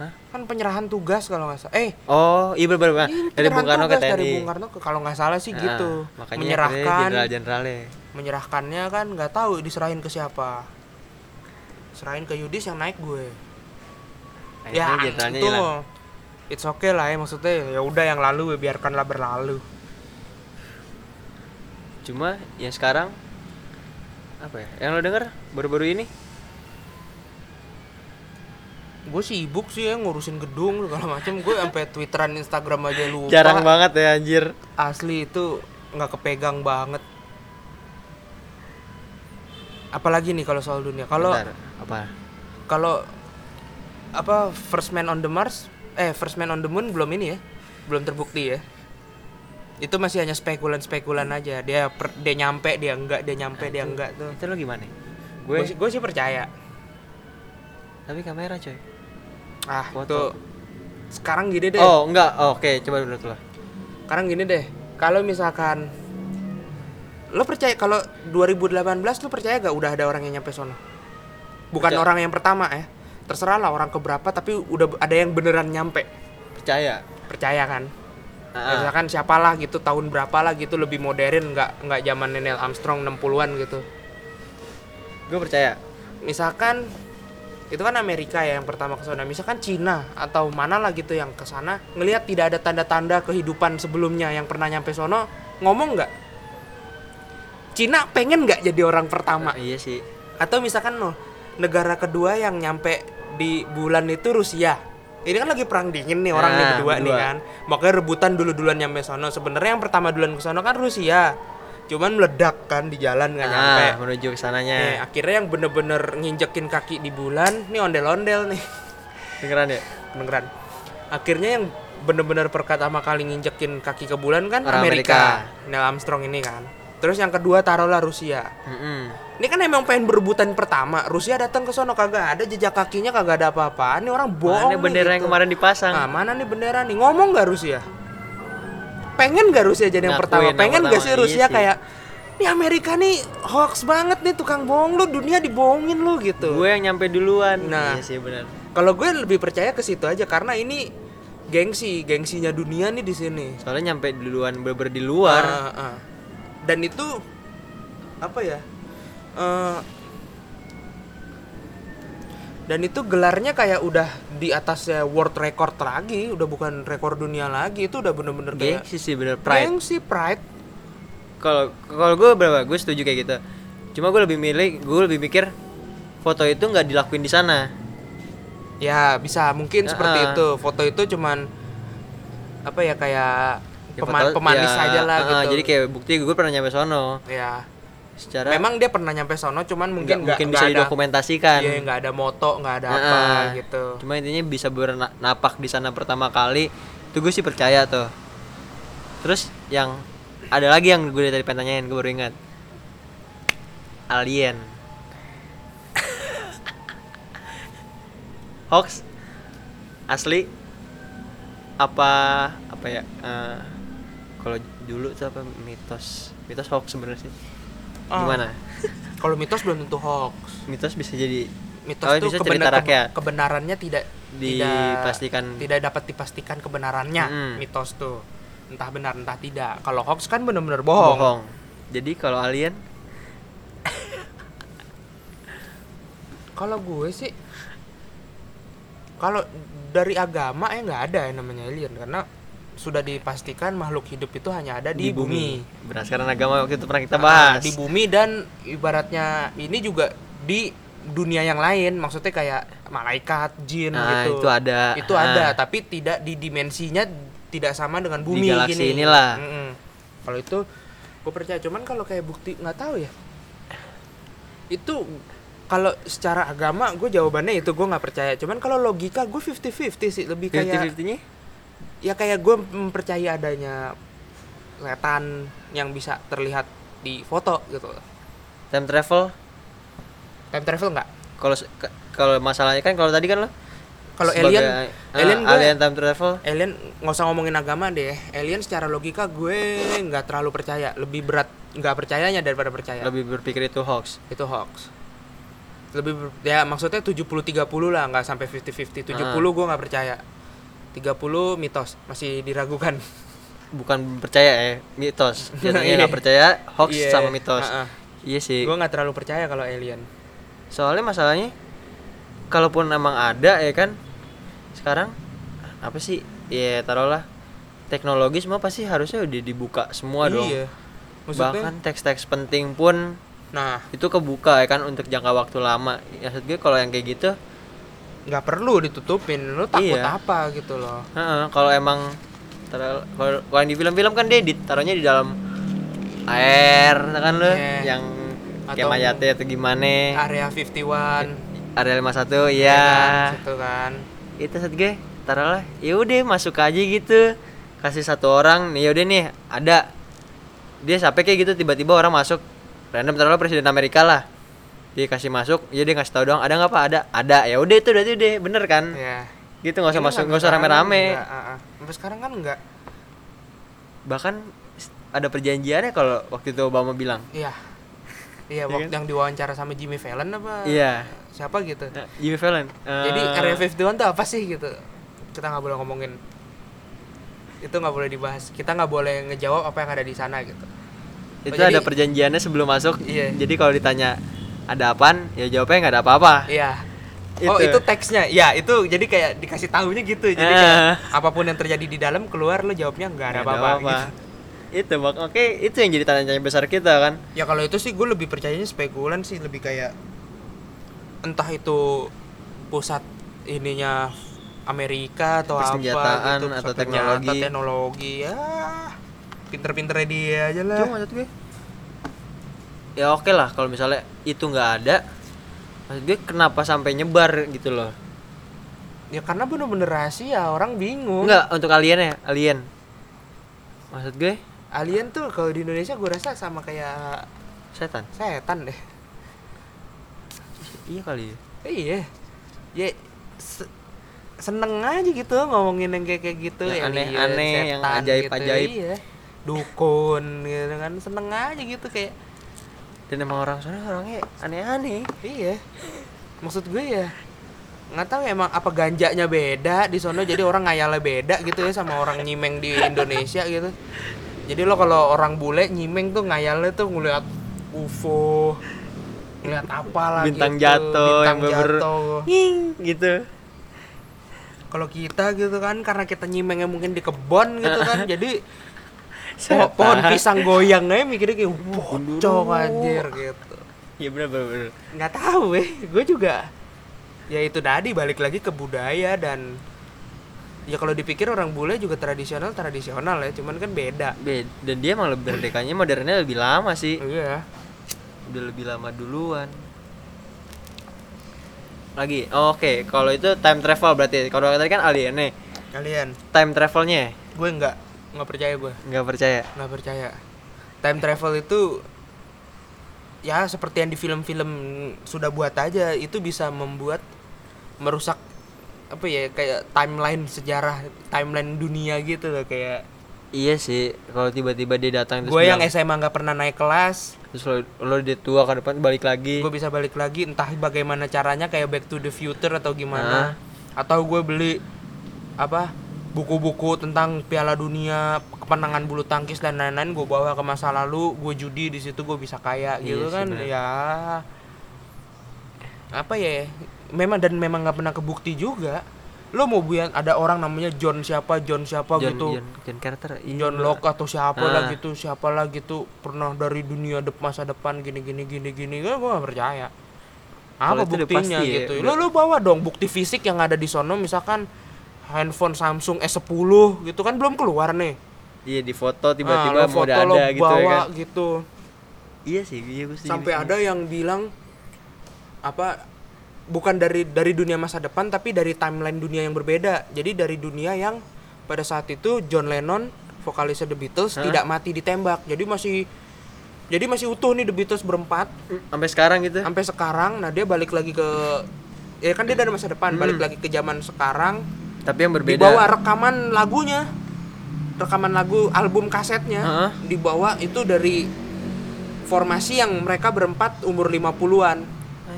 Hah? Kan penyerahan tugas kalau nggak salah. Eh, Oh, iya benar-benar. ini Dari penyerahan Bung Karno ke tugas T N I. dari Bung Karno ke kalau nggak salah sih Ah, gitu. makanya Menyerahkan, jenderal-jenderalnya. menyerahkannya kan nggak tahu diserahin ke siapa. Serahin ke Yudis yang naik gue. Ya, Akhirnya jenderalnya itu hilang. it's okay lah ya, maksudnya ya udah yang lalu biarkanlah berlalu. Cuma yang sekarang apa ya? Yang lo denger baru-baru ini? Gue sibuk sih ya ngurusin gedung segala macam. Gue sampai twitteran Instagram aja lupa. Jarang banget ya anjir. Asli itu nggak kepegang banget. Apalagi nih kalau soal dunia. Kalau Bentar, apa? kalau apa First Man on the Mars, eh First Man on the Moon belum ini ya, belum terbukti ya. Itu masih hanya spekulan-spekulan aja. Dia per, dia nyampe, dia enggak, dia nyampe, Nah, dia itu- enggak tuh. Itu lo gimana? Gue Gue sih, gue sih percaya. tapi kamera coy. Ah, Foto. tuh. Sekarang gini deh. Oh, enggak. Oh, oke, coba dulu lah. Sekarang gini deh. Kalau misalkan lo percaya kalau dua ribu delapan belas lo percaya gak udah ada orang yang nyampe sono? Bukan Percaya. orang yang pertama ya. Terserah lah orang keberapa tapi udah ada yang beneran nyampe. Percaya. Percaya kan? Ya, Ah, misalkan siapalah gitu tahun berapa lah gitu lebih modern nggak nggak zaman Neil Armstrong enam puluhan gitu. gue percaya. Misalkan itu kan Amerika ya yang pertama ke sana. Misalkan Cina atau mana lah gitu yang ke sana ngelihat tidak ada tanda-tanda kehidupan sebelumnya yang pernah nyampe sono, ngomong nggak? Cina pengen nggak jadi orang pertama? Ah, iya sih. Atau misalkan no, negara kedua yang nyampe di bulan itu Rusia. Ini kan lagi perang dingin nih orang nih Nah, berdua nih berdua. kan. Makanya rebutan dulu-duluan nyampe sono. Sebenarnya yang pertama duluan ke sono kan Rusia. Cuman meledak kan di jalan nggak nyampe. Ah, menuju ke sananya. Nih, akhirnya yang bener-bener nginjekin kaki di bulan, nih ondel-ondel nih. Dengeran ya? Beneran. Akhirnya yang bener-bener pertama kali nginjekin kaki ke bulan kan Orang Amerika. Neil Armstrong ini kan. Terus yang kedua taruhlah Rusia. Mm-mm. Ini kan emang pengen berebutan pertama. Rusia datang ke sono kagak ada jejak kakinya, kagak ada apa-apaan. Ini orang bohong. Mana nih, bendera yang gitu. kemarin dipasang? Nah, mana nih bendera nih? Ngomong nggak Rusia? Pengen nggak Rusia jadi yang Ngakuin pertama? yang Pengen nggak pertama, sih Rusia iya sih. kayak nih Amerika nih hoax banget nih tukang bohong lu, dunia dibohongin lu gitu. Gue yang nyampe duluan. Nah. Iya sih benar. Kalau gue lebih percaya ke situ aja karena ini gengsi, gengsinya dunia nih di sini. Soalnya nyampe duluan bener di luar. Ah, ah. Dan itu apa ya? Eh, dan itu gelarnya kayak udah di atasnya world record lagi, udah bukan rekor dunia lagi, itu udah bener-bener kayak Gengsi sih bener pride. gengsi, pride. Kalau kalau gue berapa? Gue setuju kayak gitu. Cuma gue lebih milih, gue lebih mikir foto itu nggak dilakuin di sana. Ya bisa mungkin seperti Ah. itu. Foto itu cuman apa ya kayak Ya, pema- foto- pemanis ya, aja lah ah, gitu. Jadi kayak bukti gue pernah nyampe sono. Ya. Secara Memang dia pernah nyampe sono, cuman mungkin nggak- mungkin nggak- bisa nggak ada- didokumentasikan. Iya, nggak ada moto, nggak ada Ah, apa ah. gitu. Cuma intinya bisa bernapak di sana pertama kali. Itu gue sih percaya tuh. Terus yang ada lagi yang gue dari tadi pengen tanyain, gue baru ingat. Alien. Hoax asli apa apa ya? eh, kalau dulu tuh apa mitos? Mitos hoax sebenarnya sih. Ah. Gimana? Kalau mitos belum tentu hoax. Mitos bisa jadi Mitos oh, itu bisa kebenar- cerita rakyat. kebe- kebenarannya tidak Dipastikan. tidak, tidak dapat dipastikan kebenarannya. Mm-mm. Mitos tuh entah benar entah tidak. Kalau hoax kan benar-benar bohong. bohong. Jadi kalau alien Kalau gue sih kalau dari agama ya nggak ada yang namanya alien karena sudah dipastikan makhluk hidup itu hanya ada di, bumi. Berdasarkan agama waktu itu pernah kita Nah, bahas. di bumi dan ibaratnya ini juga di dunia yang lain, maksudnya kayak malaikat, jin Nah, gitu. itu ada. Itu Ah. ada, tapi tidak di dimensinya tidak sama dengan bumi galaksi gini. inilah. Mm-mm. Kalau itu gue percaya, cuman kalau kayak bukti nggak tahu ya. Itu kalau secara agama gue jawabannya itu gue nggak percaya. Cuman kalau logika gue fifty fifty sih, lebih kayak fifty-fifty-nya? ya kayak gue mempercayai adanya setan yang bisa terlihat di foto gitu. Time travel? Time travel nggak? Kalau se- ke- kalau masalahnya kan kalau tadi kan lo Kalau sebagai- alien, ah, alien gue, alien time travel. alien nggak usah ngomongin agama deh. Alien secara logika gue nggak terlalu percaya. Lebih berat nggak percayanya daripada percaya. Lebih berpikir itu hoax. Itu hoax. Lebih ber- ya maksudnya tujuh puluh tiga puluh lah, nggak sampai lima puluh lima puluh. tujuh puluh gue nggak percaya. tiga puluh mitos, masih diragukan. Bukan percaya ya, mitos. Jatuhnya nggak percaya, hoax Iya, sama mitos. uh-uh. Iya sih. Gue nggak terlalu percaya kalau alien. Soalnya masalahnya, kalaupun emang ada ya kan, sekarang apa sih? Ya taruhlah teknologi semua pasti harusnya udah dibuka semua dong. Iya. Maksudnya, Bahkan teks-teks penting pun nah itu kebuka ya kan untuk jangka waktu lama. Ya maksud gue kalau yang kayak gitu, nggak perlu ditutupin, lu takut Iya. apa gitu loh. heeh, kalau emang taruh- kalau kalau yang di film-film kan dia ditaruhnya di dalam air kan lo, Iya. yang kayak Atau mayatnya atau gimana. Area lima puluh satu. Area lima puluh satu ya ya. kan, situ kan. Itu saat gue taruhlah ya udah masuk aja gitu, kasih satu orang nih, yaudah nih ada dia sampai kayak gitu, tiba-tiba orang masuk random, taruhlah presiden Amerika lah, dia kasih masuk, ya dia ngasih tahu doang ada nggak pak, ada ada ya udah itu berarti udah bener kan. Ya. Gitu, nggak usah Ini masuk, sampai nggak usah sekarang rame-rame. enggak, uh-uh. Sampai sekarang kan enggak. Bahkan ada perjanjiannya kalau waktu itu Obama bilang. Iya. Iya, Iya waktu kan? yang diwawancara sama Jimmy Fallon apa? Iya. Siapa gitu. Nah, Jimmy Fallon. eh, Jadi Area lima puluh satu tuh apa sih gitu? Kita nggak boleh ngomongin. Itu nggak boleh dibahas. Kita nggak boleh ngejawab apa yang ada di sana gitu. itu Oh, jadi- ada perjanjiannya sebelum masuk. Iya. Jadi kalau ditanya ada apaan, ya jawabnya nggak ada apa-apa. Iya. Oh, Itu. itu teksnya. Ya, itu jadi kayak dikasih tahunya gitu. Jadi Eh. kayak apapun yang terjadi di dalam keluar lo jawabnya nggak ada Nggak apa-apa. Gitu. Itu bak, oke itu yang jadi tanya tanya besar kita kan. Ya kalau itu sih gue lebih percayanya spekulan sih, lebih kayak entah itu pusat ininya Amerika atau apa Persenjataan gitu, atau pusat senjata, teknologi. teknologi ya pinter-pinternya dia aja lah. Cuma maksud gue ya oke lah kalau misalnya itu nggak ada, maksud gue kenapa sampai nyebar gitu loh. Ya karena bener-bener rahasia, orang bingung. Enggak, untuk alien ya, alien. Maksud gue Alien tuh kalau di Indonesia gue rasa sama kayak setan. setan deh. Iya kali ya. Iya. Ya se- seneng aja gitu ngomongin yang kayak kayak gitu, Yang alien, aneh-aneh, yang setan ajaib-ajaib. Gitu, iya. Dukun gitu kan, seneng aja gitu kayak. Dan emang orang sana orangnya aneh-aneh. Iya. Maksud gue ya nggak tahu emang apa ganjanya beda di sono, jadi orang ngayalnya beda gitu ya sama orang nyimeng di Indonesia gitu. Jadi lo kalau orang bule nyimeng tuh ngayalnya tuh ngeliat U F O, ngeliat apa lah Bintang gitu, jatuh, bintang yang bener-bener jatuh. Nging, gitu. Kalau kita gitu kan karena kita nyimengnya mungkin di kebon gitu kan, jadi po- Setan. pohon pisang goyang aja mikirnya kayak pocong anjir gitu. Iya benar benar. benar. Nggak tahu eh, gue juga ya itu tadi balik lagi ke budaya. Dan ya kalau dipikir orang bule juga tradisional tradisional ya, cuman kan beda. Bed- Dan dia emang lebih merdekanya modernnya lebih lama sih. Iya. Udah lebih lama duluan. Lagi, oh, oke, kalau itu time travel berarti. Kalau tadi kan alien nih. Kalian, Time travelnya gue nggak nggak percaya gue, nggak percaya. nggak percaya. Time travel itu ya seperti yang di film-film sudah buat aja, itu bisa membuat merusak apa ya, kayak timeline sejarah, timeline dunia gitu loh. Kayak Iya sih, kalau tiba-tiba dia datang terus gue yang bilang, S M A nggak pernah naik kelas, terus lo, lo dia tua ke depan balik lagi. gue bisa balik lagi entah bagaimana caranya, kayak Back to the Future atau gimana. Atau gue beli apa buku-buku tentang Piala Dunia, kemenangan bulu tangkis dan lain-lain, gue bawa ke masa lalu, gue judi di situ, gue bisa kaya gitu Iya sih, kan. bener. Ya apa ya, memang dan memang nggak pernah kebukti juga. Lo mau buat ada orang namanya John siapa John siapa John, gitu, John, John Carter. Iya. John Locke atau siapa Ah. lah gitu, siapa lah gitu, pernah dari dunia dep masa depan gini gini gini gini, gue gak percaya. Apa Kalau itu udah buktinya pasti ya, gitu? udah. Lo lo bawa dong bukti fisik yang ada di sono, misalkan handphone Samsung S sepuluh gitu kan belum keluar nih. Iya, di foto Nah, tiba-tiba lo mau udah foto lo ada gitu bawa ya kan. gitu. Iya sih, iya gue setuju Sampai di sini. ada yang bilang apa, bukan dari dari dunia masa depan tapi dari timeline dunia yang berbeda. Jadi dari dunia yang pada saat itu John Lennon, vokalisnya The Beatles, Hah? tidak mati ditembak. Jadi masih jadi masih utuh nih The Beatles berempat Sampai sekarang gitu. sampai sekarang. Nah, dia balik lagi ke ya kan dia dari masa depan, Hmm. balik lagi ke zaman sekarang. Tapi yang berbeda. Dibawa rekaman lagunya, rekaman lagu album kasetnya, Heeh. dibawa itu dari formasi yang mereka berempat umur lima puluhan.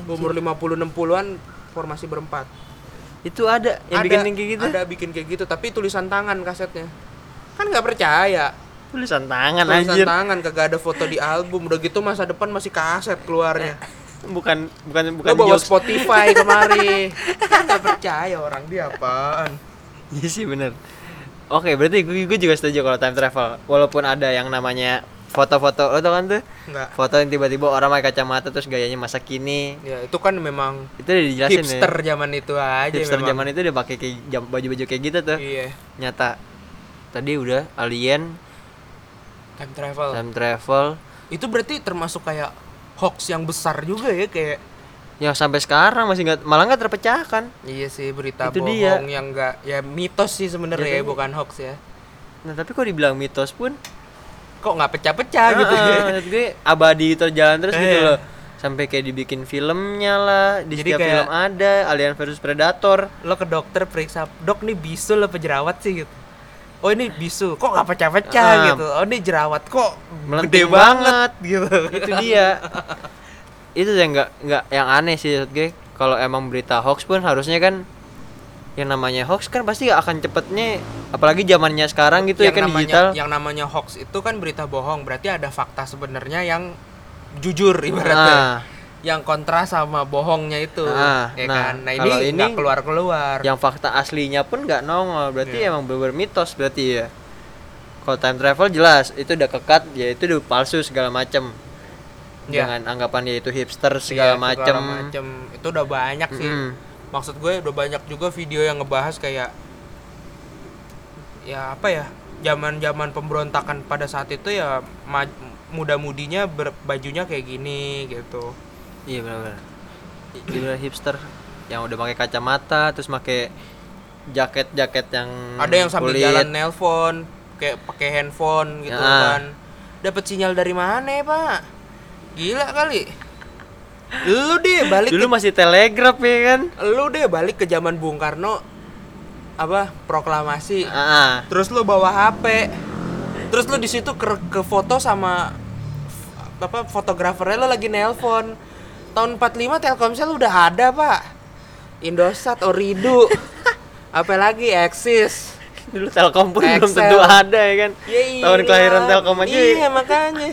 Umur lima puluh enam puluhan formasi berempat. Itu ada yang ada, bikin kayak gitu. Ada bikin kayak gitu tapi tulisan tangan kasetnya. Kan nggak percaya. Tulisan tangan Tulisan anjir. tangan kagak ada foto di album. Udah gitu masa depan masih kaset keluarnya. bukan bukan bukan Lo bawa jokes. Spotify kemari. Kan nggak percaya orang dia apaan. Iya sih bener. Oke, berarti gue, gue juga setuju kalau time travel. Walaupun ada yang namanya foto-foto, lo tau kan tuh? Enggak. Foto yang tiba-tiba orang pakai kacamata terus gayanya masa kini. Ya itu kan memang Itu udah dijelasin hipster ya. zaman itu aja. Hipster memang. zaman itu udah pakai kayak jam- baju-baju kayak gitu tuh. Iya. Nyata. Tadi udah alien, Time travel. time travel, Itu berarti termasuk kayak hoax yang besar juga ya kayak. yang sampai sekarang masih nggak, malah nggak terpecahkan. Iya sih berita Itu bohong dia. yang enggak ya mitos sih sebenarnya ya, Jatuhnya. bukan hoax ya. Nah tapi kok dibilang mitos pun, Kok nggak pecah-pecah gitu ah, ya. maksud gue abadi terus jalan terus gitu Iya. loh. Sampai kayak dibikin filmnya lah, di Jadi setiap kayak- film ada Alien versus Predator. Lo ke dokter periksa, dok nih bisul apa jerawat sih gitu. Oh ini bisu, kok nggak pecah-pecah Ah. gitu. Oh ini jerawat kok Melenting gede banget gitu. Itu dia. Itu yang nggak nggak yang aneh sih maksud gue. Kalau emang berita hoax pun harusnya kan yang namanya hoax kan pasti gak akan cepetnya, apalagi zamannya sekarang gitu ya Yang kan namanya, digital. Yang namanya hoax itu kan berita bohong, berarti ada fakta sebenarnya yang jujur ibaratnya. Ah, Yang kontra sama bohongnya itu, Ah, ya nah, kan. Nah kalau ini ini nggak keluar-keluar. yang fakta aslinya pun nggak nongol, berarti Iya. emang bener mitos berarti ya. Kalau time travel jelas itu udah kekat, ya itu udah palsu segala macem. Iya. Jangan anggapan dia itu hipster segala Iya, macem. macem. Itu udah banyak sih. Mm-mm. Maksud gue udah banyak juga video yang ngebahas kayak ya apa ya, zaman-zaman pemberontakan pada saat itu ya ma- muda-mudinya ber- bajunya kayak gini gitu. Iya benar-benar. Dia bener hipster yang udah pakai kacamata terus pakai jaket-jaket yang Ada yang sambil kulit. jalan nelpon kayak pakai handphone gitu Ya. kan. Dapat sinyal dari mana ya, Pak? Gila kali. Lu deh balik Dulu ke, masih telegraf ya kan. lu deh balik ke zaman Bung Karno apa proklamasi. Ah, Terus lu bawa H P. Terus lu di situ ke, ke foto sama f- apa fotografernya lu lagi nelpon. Tahun empat puluh lima Telkomsel udah ada, Pak. Indosat, Oridu. Apalagi Axis. dulu Telkom pun belum Excel. tentu ada ya kan. Ya Tahun iya. kelahiran Telkom aja. Iya, makanya.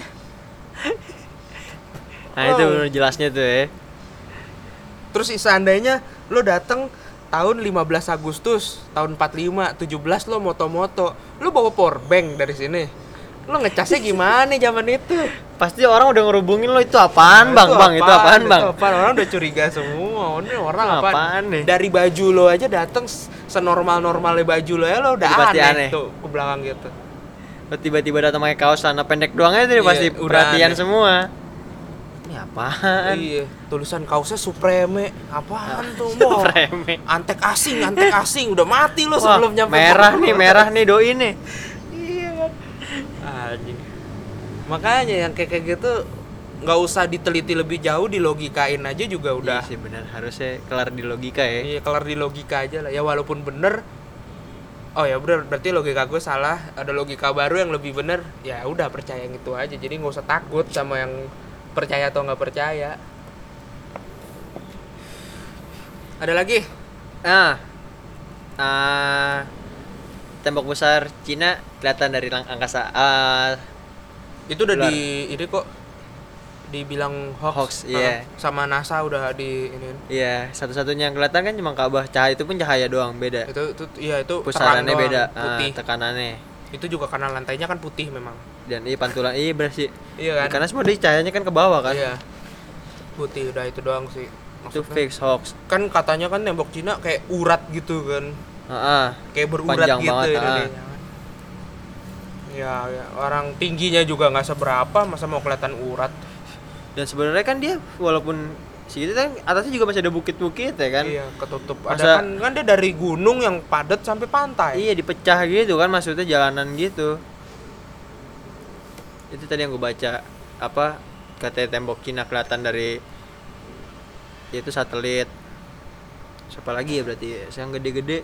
Nah, itu Oh. bener jelasnya tuh ya. Terus seandainya lo datang tahun lima belas Agustus tahun empat puluh lima, tujuh belas lo moto-moto. Lo bawa power bank dari sini. Lo ngecasnya gimana zaman itu? Pasti orang udah ngerubungin lo, itu apaan, Nah, Bang? Bang, itu apaan, Bang? Itu apaan? Orang udah curiga semua. Ini orang Itu apaan? apaan nih? Dari baju lo aja datang senormal-normalnya baju lo ya lo udah Itu pasti aneh, aneh. tuh ke belakang gitu. Lo tiba-tiba datang pakai kaos celana pendek doang aja dia Iya, pasti udah perhatian aneh. semua. Ini apaan? Iya, tulisan kaosnya Supreme. Apaan tuh? Wah, Supreme. antek asing, antek asing. Udah mati lo Wah, sebelum nyampe merah Bogor. nih, merah nih doi nih. Iya kan. Anjing. Makanya yang kayak kayak gitu nggak usah diteliti lebih jauh, dilogikain aja juga udah. Iya sih benar, harusnya kelar di logika ya. Iya, kelar di logika aja lah. Ya walaupun bener. Oh ya bener, berarti logika gue salah. Ada logika baru yang lebih bener. Ya udah percaya yang itu aja. Jadi nggak usah takut sama yang percaya atau nggak percaya. Ada lagi? Ah. Ah. Tembok besar Cina kelihatan dari lang- angkasa. Ah, Itu udah Luar. di ini kok dibilang hoax, Hoax, iya. Ah, sama NASA udah di ini. iya, satu-satunya yang kelihatan kan cuma Ka'bah, cahaya itu pun cahaya doang, beda. Itu itu iya itu terang Pusarannya doang, beda, putih. ah, tekanannya. Itu juga karena lantainya kan putih memang. Dan iya pantulan, iya bener sih. Iya kan? Karena semua dia cahayanya kan ke bawah kan. Iya. Putih udah itu doang sih. Itu Maksudnya, fix hoax. kan katanya kan tembok Cina kayak urat gitu kan. Heeh. Kayak berurat Panjang gitu banget, ini ah. nih. Ya, ya, orang tingginya juga nggak seberapa, masa mau kelihatan urat? Dan sebenarnya kan dia walaupun segitu kan atasnya juga masih ada bukit-bukit ya kan. Iya, ketutup. Masa- Ada kan kan dia dari gunung yang padat sampai pantai. Iya, dipecah gitu kan, maksudnya jalanan gitu. Itu tadi yang gue baca, apa katanya tembok Cina kelihatan dari itu satelit. Siapa lagi ya berarti ya? Yang gede-gede.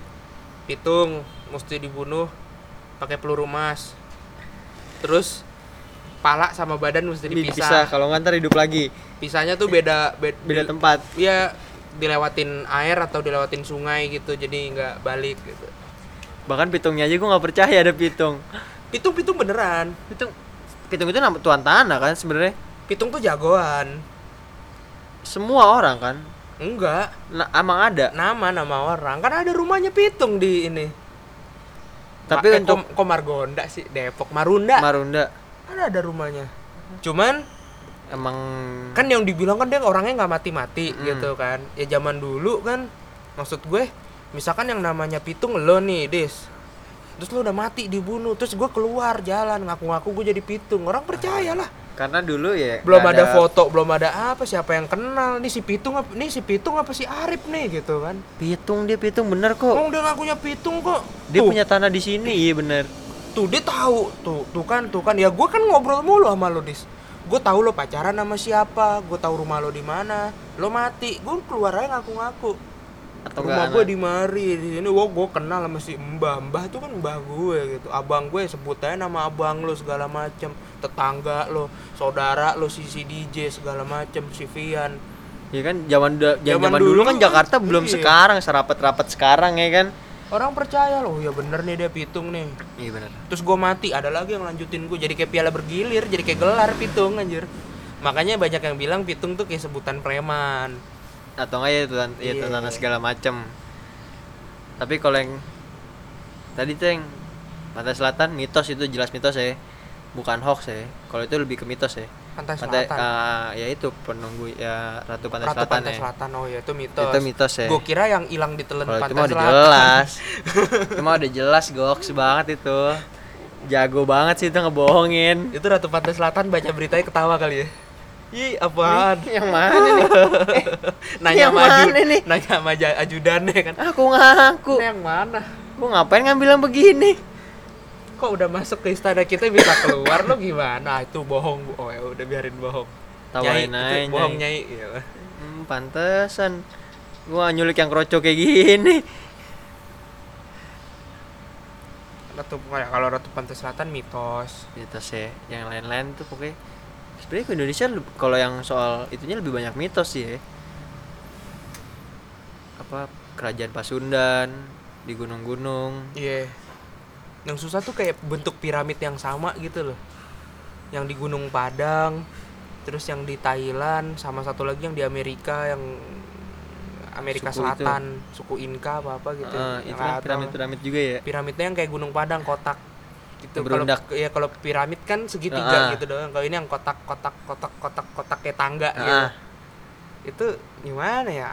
Pitung mesti dibunuh pakai peluru emas. Terus pala sama badan mesti Dipisah, dipisah. kalau nggak ntar hidup lagi. Pisahnya tuh beda beda, Beda tempat. Iya, dilewatin air atau dilewatin sungai gitu, jadi nggak balik gitu. Bahkan pitungnya aja gue nggak percaya ada pitung. Pitung-pitung beneran. Pitung, pitung itu nama tuan tanah kan sebenarnya. Pitung tuh jagoan. Semua orang kan. Enggak, Nah, emang ada. nama nama orang. Kan ada rumahnya Pitung di ini. Tapi Ma- eh, untuk Kom- Komargonda sih, Depok, Marunda. Marunda Kan ada rumahnya. Cuman emang kan yang dibilang kan dia orangnya nggak mati-mati Mm. gitu kan. Ya zaman dulu kan, maksud gue, misalkan yang namanya Pitung lo nih, Dis. Terus lo udah mati dibunuh, terus gue keluar jalan ngaku-ngaku gue jadi Pitung. Orang percayalah. karena dulu ya Belum nggak ada foto, belum ada apa, siapa yang kenal nih si Pitung apa nih si Pitung apa si Arif nih gitu kan. pitung, dia pitung bener kok. Oh, dia ngakunya Pitung kok. Dia Tuh, punya tanah di sini, iya bener. tuh dia tahu tuh tuh kan tuh kan ya gue kan ngobrol mulu sama lo, Dis. Gue tahu lo pacaran sama siapa, gue tahu rumah lo di mana. Lo mati, gue keluar aja ngaku-ngaku. Atau Rumah nggak gue anak- di mari di sini. Wah, gue kenal sama si Mbah. Mbah itu kan mbah gue gitu. Abang gue sebut aja nama abang lo segala macem. Tetangga lo, saudara lo si si D J segala macem, si Vian. Ya kan zaman da- Zaman zaman dulu dulu kan kan, Jakarta belum iya. sekarang serapat-rapat sekarang ya kan. Orang percaya loh, ya bener nih dia Pitung nih. Iya bener. Terus gue mati, ada lagi yang lanjutin gue. Jadi kayak piala bergilir, jadi kayak gelar Pitung anjir. Makanya banyak yang bilang Pitung tuh kayak sebutan preman. Atau enggak ya tuan, ya Iya. tanah segala macem. Tapi kalau yang tadi tuh yang Pantai Selatan mitos, itu jelas mitos ya, bukan hoax ya. Kalau itu lebih ke mitos ya. Pantai Pantai, Selatan. ah, ya itu penunggu ya Ratu Pantai Ratu Selatan Pantai ya. Selatan, oh ya itu mitos. Itu mitos ya. Gue kira yang hilang ditelan Kalau itu Pantai mah udah Selatan. jelas. Itu mah udah jelas goks banget itu. Jago banget sih itu ngebohongin. Itu Ratu Pantai Selatan baca beritanya ketawa kali ya. Ih, apaan? Nih, yang mana nih? Eh, Nanya yang sama aju- mana nih? Nanya sama aja- ajudannya kan. Aku ngaku. Ini yang mana? Gua ngapain ngambil yang begini? Kok udah masuk ke istana kita bisa keluar lo gimana? Ah, itu bohong. Oh ya udah biarin bohong. Tawain Nyai, aja. itu bohong nyai. Iya. Hmm, pantesan. Gua nyulik yang kroco kayak gini. Ratu kalau Ratu Pantai Selatan mitos. Mitos ya. Yang lain-lain tuh pokoknya sebenarnya ke Indonesia leb- kalau yang soal itunya lebih banyak mitos sih ya. Apa kerajaan Pasundan di gunung-gunung. Iya. Yang susah tuh kayak bentuk piramid yang sama gitu loh. Yang di Gunung Padang, terus yang di Thailand, sama satu lagi yang di Amerika, yang Amerika Suku Selatan, suku Inka apa apa gitu. Ah, Yang itu kan nggak tahu. piramid-piramid juga ya. Piramidnya yang kayak Gunung Padang kotak gitu. Kalau Berundak. ya kalau piramid kan segitiga Ah. gitu doang. Kalau ini yang kotak-kotak kotak-kotak kotak kayak tangga Ah. gitu. Itu gimana ya?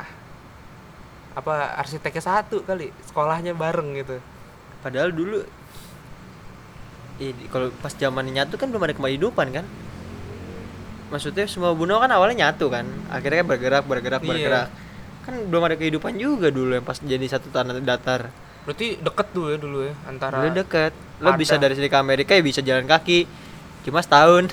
Apa arsiteknya satu kali, sekolahnya bareng gitu. Padahal dulu eh, kalau pas zamannya nyatu kan belum ada kehidupan kan. Maksudnya semua benua kan awalnya nyatu kan. Akhirnya kan bergerak bergerak Iya. bergerak. Kan belum ada kehidupan juga dulu yang pas jadi satu tanah datar. Berarti deket dulu ya dulu ya antara Udah deket. Lo Padang. bisa dari sini ke Amerika ya bisa jalan kaki. Cuma setahun.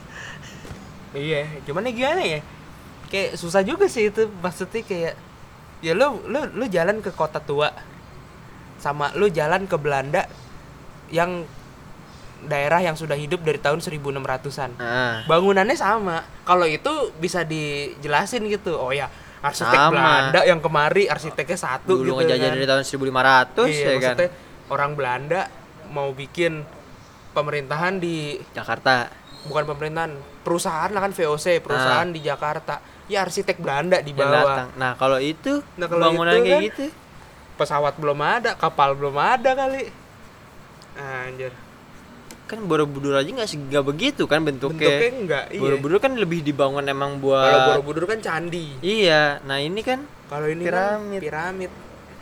Iya, cuman ya gimana ya? Kayak susah juga sih itu maksudnya kayak ya lu lu lu jalan ke kota tua sama lu jalan ke Belanda yang daerah yang sudah hidup dari tahun seribu enam ratusan. Nah, Bangunannya sama. Kalau itu bisa dijelasin gitu. Oh ya, arsitek Sama. Belanda yang kemari arsiteknya satu dulu gitu ngejajah kan. dari tahun seribu lima ratus Iya, ya kan. maksudnya orang Belanda mau bikin pemerintahan di Jakarta. bukan pemerintahan, perusahaan lah kan V O C, perusahaan di Jakarta. Ya arsitek Belanda di Yang bawah. datang. Nah, kalau itu Nah, kalau bangunan itu kayak kan- gitu. Pesawat belum ada, kapal belum ada kali. Anjir. Kan Borobudur aja nggak sih- nggak begitu kan bentuknya. Bentuknya enggak, iya. Borobudur kan lebih dibangun emang buat. Kalau Borobudur kan candi. Iya, nah ini kan Kalau ini Piramid. kan piramid.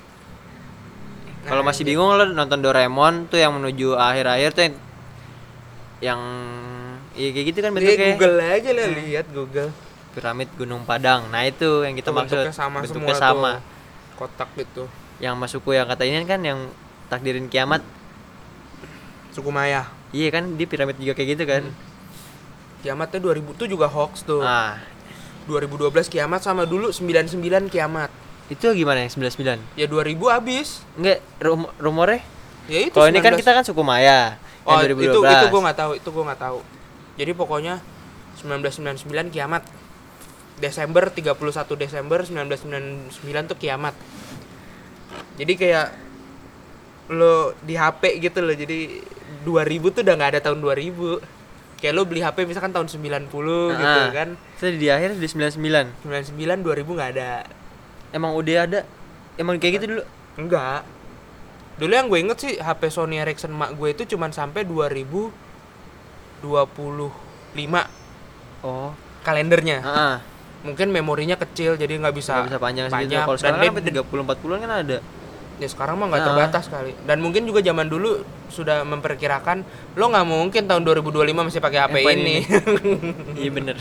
kalau Nah, masih anjir. bingung lo nonton Doraemon tuh yang menuju akhir-akhir tuh yang, yang iya kayak gitu kan Iya, bentuknya. Google aja lah, lihat Google. Piramid Gunung Padang. Nah, itu yang kita Itu maksud. bentuknya sama Bentuknya semua sama. tuh. Kotak gitu. Yang mas suku yang kata ini kan yang takdirin kiamat. Suku Maya. Iya kan dia piramid juga kayak gitu kan. Kiamatnya dua ribu tuh juga hoax tuh. Ah, dua ribu dua belas kiamat sama dulu sembilan puluh sembilan kiamat. itu gimana yang sembilan puluh sembilan? Ya dua ribu habis. Enggak, rum- rumornya. Ya itu Kalau ini kan sembilan belas. kita kan suku Maya. Oh, yang itu itu gua nggak tahu, itu gua nggak tahu. Jadi pokoknya sembilan belas sembilan puluh sembilan kiamat. Desember tiga puluh satu Desember sembilan belas sembilan puluh sembilan tuh kiamat. Jadi kayak lo di H P gitu loh. Jadi dua ribu tuh udah enggak ada tahun dua ribu. Kayak lo beli H P misalkan tahun sembilan puluh Nah, gitu kan. Terus di akhir di sembilan puluh sembilan. sembilan puluh sembilan dua ribu enggak ada. Emang udah ada. Emang kayak gitu dulu. Enggak. Dulu yang gue inget sih H P Sony Ericsson mak gue itu cuman sampai dua ribu dua puluh lima Oh, kalendernya. heeh. Mungkin memorinya kecil jadi nggak bisa Nggak bisa panjang segitu. Kalau Dan sekarang dia- sampai tiga puluh empat puluhan kan ada. ya sekarang mah nggak Nah. terbatas kali. Dan mungkin juga zaman dulu sudah memperkirakan lo nggak mungkin tahun dua ribu dua puluh lima masih pakai H P Handphone ini. Iya bener.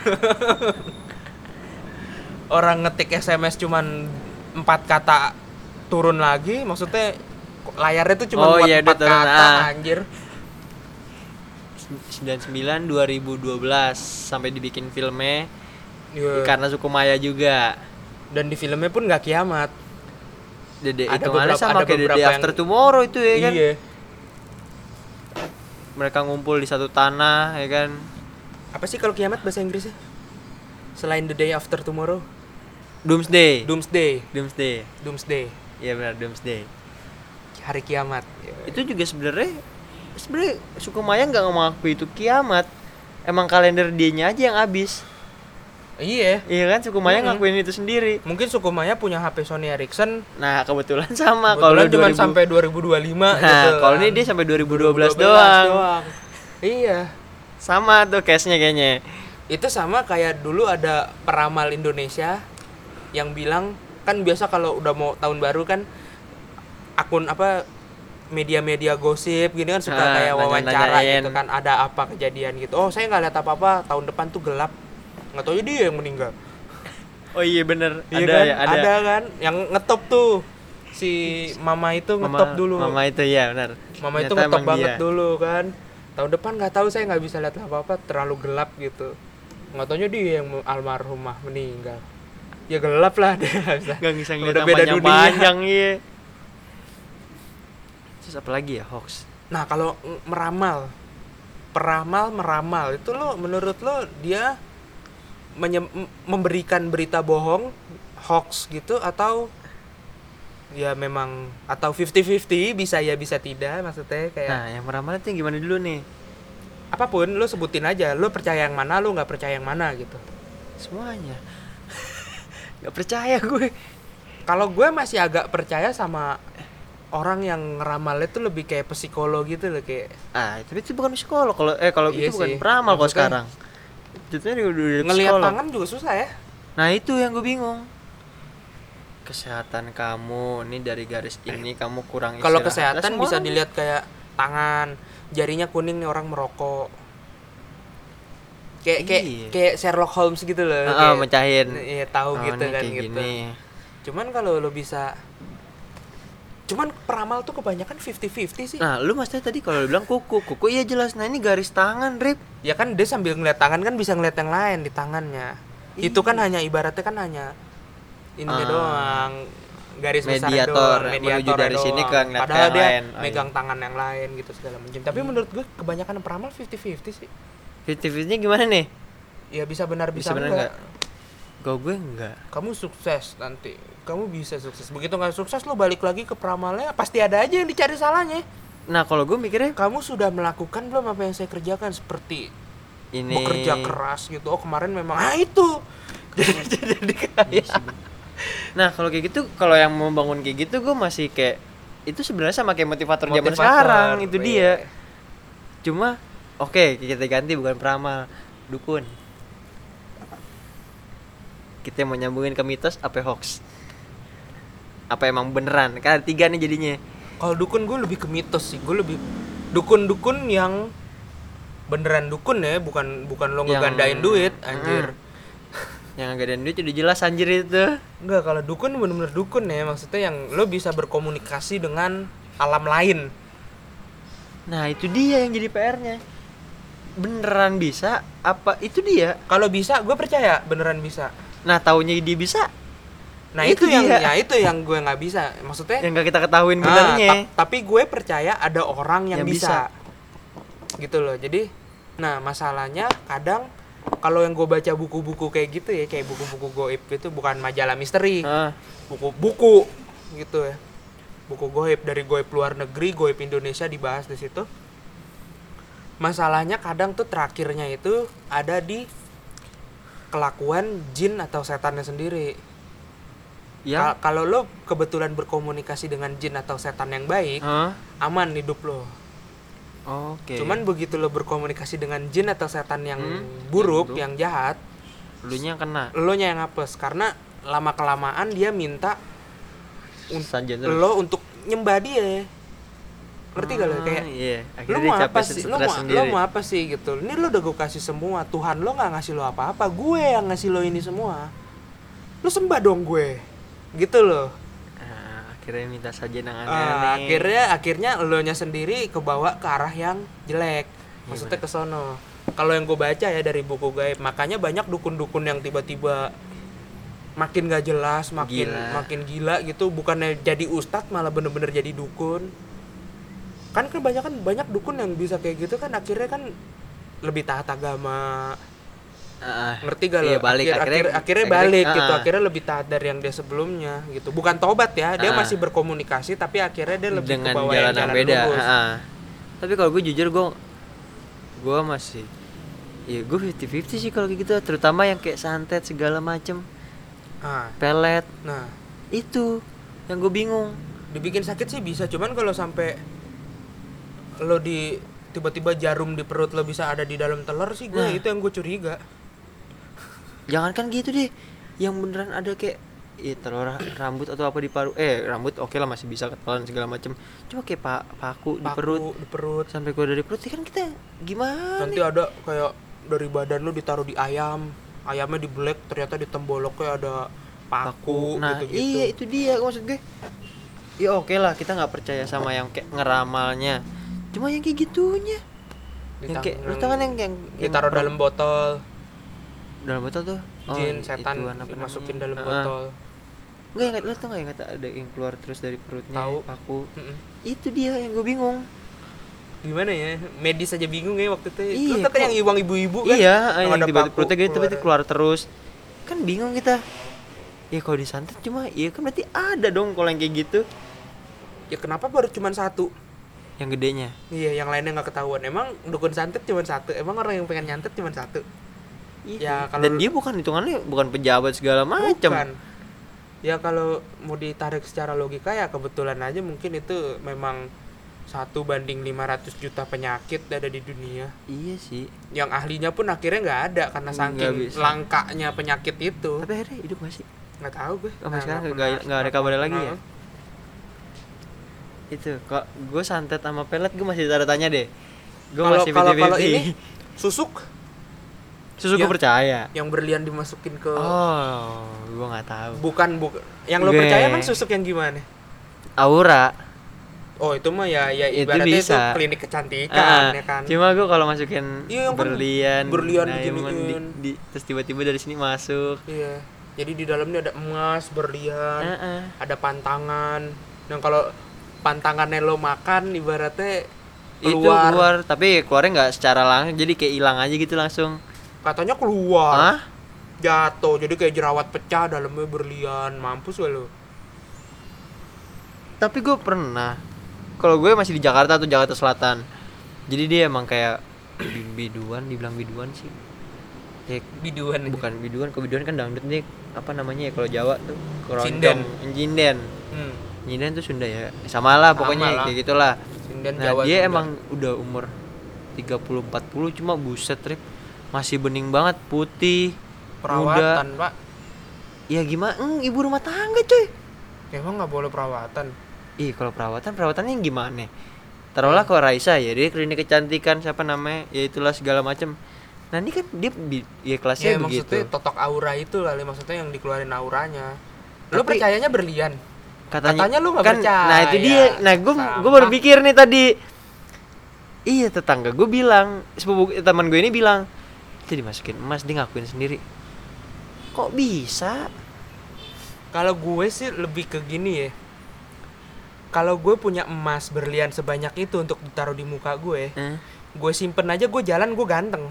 Orang ngetik S M S cuman empat kata turun lagi, maksudnya layarnya tuh cuma Oh, buat iya, empat udah turun, kata ah. anjir. sembilan puluh sembilan dua ribu dua belas sampai dibikin filmnya Iya. karena suku Maya juga. Dan di filmnya pun nggak kiamat. Dede Ada hitungannya beberapa- sama ada kayak The beberapa Day yang- After Tomorrow itu ya kan. Iya. Mereka ngumpul di satu tanah ya kan. Apa sih kalau kiamat bahasa Inggrisnya? Selain the day after tomorrow, Doomsday. doomsday, Doomsday. doomsday, Iya benar Doomsday. hari kiamat. Itu juga sebenarnya sebenarnya suku Maya nggak ngaku itu kiamat. Emang kalender dianya aja yang habis. Iya. Iya kan suku Maya Mm-mm. ngakuin itu sendiri. Mungkin suku Maya punya H P Sony Ericsson. Nah, kebetulan sama Kebetulan cuma dua ribu sampai dua ribu dua puluh lima Nah, gitu. kalau kan. ini dia sampai dua ribu dua belas dua ribu dua belas doang. doang. Iya. Sama tuh case-nya kayaknya. Itu sama kayak dulu ada peramal Indonesia yang bilang kan biasa kalau udah mau tahun baru kan akun apa media-media gosip gini kan suka Ah, kayak wawancara nanya-nanyain. gitu kan, ada apa kejadian gitu. Oh, saya nggak lihat apa-apa, tahun depan tuh gelap. Nggak tahu dia yang meninggal. Oh iya bener. Iya ada kan? ya, ada. Ada kan yang ngetop tuh si mama itu ngetop Mama- dulu. Mama itu ya benar. Mama itu Ternyata ngetop emang banget dia. dulu kan. Tahun depan nggak tahu, saya nggak bisa lihat apa-apa, terlalu gelap gitu. Nggak taunya dia yang almarhumah meninggal. Ya gelap lah dia. Gak bisa ngeliat Udah beda namanya dunia. panjang iya. Terus apa lagi ya hoax? Nah kalau mm, meramal, peramal meramal itu lo menurut lo dia menye- m- memberikan berita bohong, hoax gitu atau ya memang atau fifty fifty bisa ya bisa tidak maksudnya kayak Nah yang meramal itu yang gimana dulu nih? apapun lo sebutin aja, lo percaya yang mana, lo nggak percaya yang mana gitu. Semuanya. Gak percaya gue. Kalau gue masih agak percaya sama orang yang ngeramalnya tuh lebih kayak psikolog gitu loh, kayak Ah tapi itu bukan psikolog. Kalau eh kalau Iya itu bukan sih. peramal kalau Maksudnya- sekarang. Jatuhnya udah udah ngelihat psikolog. tangan juga susah ya. Nah itu yang gue bingung. Kesehatan kamu ini dari garis ini kamu kurang Kalau istirahat. kesehatan Lah, bisa semuanya. dilihat kayak tangan, jarinya kuning nih orang merokok. Kayak kayak Iya. kayak Sherlock Holmes gitu loh. Ah, ah, kayak- mencahin. Iya, tahu Oh, gitu ini kan kayak gitu. gini. Cuman kalau lo bisa Cuman peramal tuh kebanyakan fifty fifty sih. Nah, lu maksudnya tadi kalau lu bilang kuku, kuku iya jelas. Nah, ini garis tangan, Rip. Ya kan dia sambil ngeliat tangan kan bisa ngeliat yang lain di tangannya. Itu kan hanya ibaratnya kan hanya ininya Ah. doang, garis besar Mediator, doang, menuju mediatornya dari sini doang. ke ngeliat ke Padahal yang dia lain. Oh, megang iya. tangan yang lain gitu segala macam. Tapi menurut gue kebanyakan peramal fifty fifty sih. Fifty-fifty-nya gimana nih? Ya bisa benar bisa, bener enggak. Gue gue enggak. Kamu sukses nanti. Kamu bisa sukses. Begitu nggak sukses lo balik lagi ke peramalnya, pasti ada aja yang dicari salahnya. Nah, kalau gue mikirnya Kamu sudah melakukan belum apa yang saya kerjakan, seperti ini bekerja keras gitu. Oh, kemarin memang ah itu. jadi jadi Iya kayak sih, bener. Nah, kalau kayak gitu, kalau yang membangun kayak gitu gue masih kayak itu sebenarnya sama kayak motivator, zaman Motivator, sekarang itu iya. dia. Cuma oke, kita ganti bukan peramal, dukun. Kita mau nyambungin ke mitos apa hoax? Apa emang beneran? Kan ada tiga nih jadinya. Kalau dukun gue lebih ke mitos sih. Gue lebih dukun-dukun yang beneran dukun ya, bukan bukan lo Yang- ngegandain duit, anjir. Yang agak dan duit udah jelas anjir itu. Enggak, kalau dukun bener-bener dukun ya, maksudnya yang lo bisa berkomunikasi dengan alam lain. Nah, itu dia yang jadi P R-nya. Beneran bisa apa itu dia? Kalau bisa, gue percaya beneran bisa. Nah, taunya dia bisa. Nah Itu itu, yang dia. ya itu yang gue nggak bisa, maksudnya. Yang gak kita ketahuin Ah, benernya. ta- tapi gue percaya ada orang yang, Yang bisa. gitu loh. Jadi Nah masalahnya kadang kalau yang gue baca buku-buku kayak gitu ya, kayak buku-buku goib itu bukan majalah misteri, Ah, buku-buku gitu ya, buku goib dari goib luar negeri, goib Indonesia dibahas di situ. Masalahnya kadang tuh terakhirnya itu ada di kelakuan jin atau setannya sendiri. yang Ka- Kalau lo kebetulan berkomunikasi dengan jin atau setan yang baik, ah, aman hidup lo. oke. Cuman begitu lo berkomunikasi dengan jin atau setan yang Hmm, buruk, yang buruk. yang jahat, Elunya kena lo nya yang apes karena lama kelamaan dia minta un- saja terus. lo untuk nyembah dia. Ngerti gak lo? Ah, Kayak iya. lo Akhirnya mau dia apa capek sih? stres Lo mau, sendiri. lo mau apa sih gitu? Ini lo udah gue kasih semua. Tuhan lo nggak ngasih lo apa-apa. Gue yang ngasih lo ini semua. Lo sembah dong gue. Gitu loh. Ah, akhirnya minta saja yang Ah, aneh-aneh. akhirnya akhirnya lo nya sendiri kebawa ke arah yang jelek. Maksudnya ke sono. Kalau yang gue baca ya dari buku gaib, makanya banyak dukun-dukun yang tiba-tiba makin gak jelas, makin Gila. makin gila gitu, bukannya jadi ustadz malah bener-bener jadi dukun. Kan kebanyakan banyak dukun yang bisa kayak gitu kan akhirnya kan lebih taat agama. Ah, Ngerti gak lo? iya, balik. Akhir, akhirnya, akhir- akhirnya balik ah, gitu, ah. akhirnya lebih taat dari yang dia sebelumnya gitu. Bukan tobat ya, dia Ah. masih berkomunikasi tapi akhirnya dia lebih dengan ke bawah jalan yang yang jalan beda. lurus. Ah, ah. Tapi kalau gue jujur gue gue masih ya gue fifty fifty sih kalau kayak gitu, terutama yang kayak santet segala macem, Ah, pelet, nah, itu yang gue bingung. dibikin sakit sih bisa, cuman kalau sampai lo di tiba-tiba jarum di perut lo bisa ada di dalam telur sih gue Nah. itu yang gue curiga. Jangan kan gitu deh, yang beneran ada kayak ya telur ra- rambut atau apa di paru, eh rambut oke lah masih bisa ketelan segala macem, cuma kayak pa- paku, di Paku perut di perut. sampai keluar dari perut ya kan kita gimana? Nanti ada kayak dari badan lo ditaruh di ayam, ayamnya dibelek ternyata di temboloknya ada paku, Nah gitu-gitu. iya itu dia maksud gue. Ya oke lah kita nggak percaya sama yang kayak ngeramalnya, cuma yang kayak gitunya, yang kayak lu tau kan yang yang yang ditaruh per- dalam botol, dalam botol tuh. jin setan ituan apa dimasukin namanya? dalam Ah, botol. Enggak yang lu tau nggak yang kata ada yang keluar terus dari perutnya, Tahu. paku. Mm-mm. Itu dia yang gue bingung. Gimana ya? Medis aja bingung ya waktu itu. Iya, Lu tau kan kok- yang ibu ibu kan? Iya, yang yang ada tiba-tiba paku perutnya gitu keluar. tiba-tiba keluar terus. Kan bingung kita. Ya kalau disantet cuma ya kan berarti ada dong kalau yang kayak gitu. Ya kenapa baru cuma satu? Yang gedenya. Iya, yang lainnya nggak ketahuan. Emang dukun santet cuma satu. Emang orang yang pengen nyantet cuma satu. Itu. Ya, kalau Dan lu- dia bukan hitungannya bukan pejabat segala macam. Bukan. Ya kalau mau ditarik secara logika ya kebetulan aja mungkin itu memang satu banding lima ratus juta penyakit ada di dunia. Iya sih. Yang ahlinya pun akhirnya nggak ada karena Nggak saking bisa. langkanya penyakit itu. Tapi akhirnya hidup gak sih? Nggak tahu gue. Sampai Nah, sekarang nggak nggak pernah- nggak ada kabarnya lagi ya? Nah, Itu kok gue santet sama pelet gue masih tanda tanya deh. Gue Kalau masih kalau kalau fifty-fifty. ini susuk Susu yang- gue percaya. yang berlian dimasukin ke Oh, gue nggak tahu. bukan bukan yang lo Gue- percaya emang susuk yang gimana? Aura. Oh itu mah ya ya Itu ibaratnya itu, bisa. klinik kecantikan Ah, ya kan. Cuma gue kalau masukin Iya, yang kan berlian, berlian diamond, di, diginiin. di- terus tiba-tiba dari sini masuk. Iya. Jadi di dalamnya ada emas, berlian, Heeh. ada pantangan. Dan kalau pantangannya lo makan ibaratnya Itu keluar. keluar, tapi keluarnya nggak secara langsung, jadi kayak hilang aja gitu langsung. Katanya keluar. Hah? Jatuh. Jadi kayak jerawat pecah dalamnya berlian. Mampus gak lo? Tapi gue pernah, kalau gue masih di Jakarta tuh Jakarta Selatan. Jadi dia emang kayak bi- biduan, dibilang biduan sih. Ya, Biduan aja. bukan biduan, kalau biduan kan dangdut nih, apa namanya ya kalau Jawa tuh? Sinden. Keroncong, nyinden. Hmm. Nyinden tuh Sunda ya. Sama lah Sama pokoknya lah. kayak gitulah. Sinden Nah, Jawa dia Sunda. emang udah umur tiga puluh empat puluh cuma buset trip. Masih bening banget, putih, perawatan, muda. Pak. Ya gimana? Hmm, ibu rumah tangga, coy. Emang nggak boleh perawatan. Ih, kalau perawatan, perawatannya yang gimana? Taruhlah kalau Raisa ya, dia klinik kecantikan siapa namanya? Ya itulah segala macam. Nah, ini kan dia bi- ya kelasnya Ya begitu. maksudnya totok aura itu kali, maksudnya yang dikeluarin auranya. Lo Tapi- percayanya berlian? Katanya, Katanya lu nggak kan, percaya. Nah, itu dia. Nah, gue Sama. gue baru pikir nih tadi. Iya, tetangga gue bilang, sepupu teman gue ini bilang, itu dimasukin emas, dia ngakuin sendiri. Kok bisa? Kalau gue sih lebih ke gini ya. Kalau gue punya emas berlian sebanyak itu untuk ditaruh di muka gue, Eh, gue simpen aja, gue jalan gue ganteng.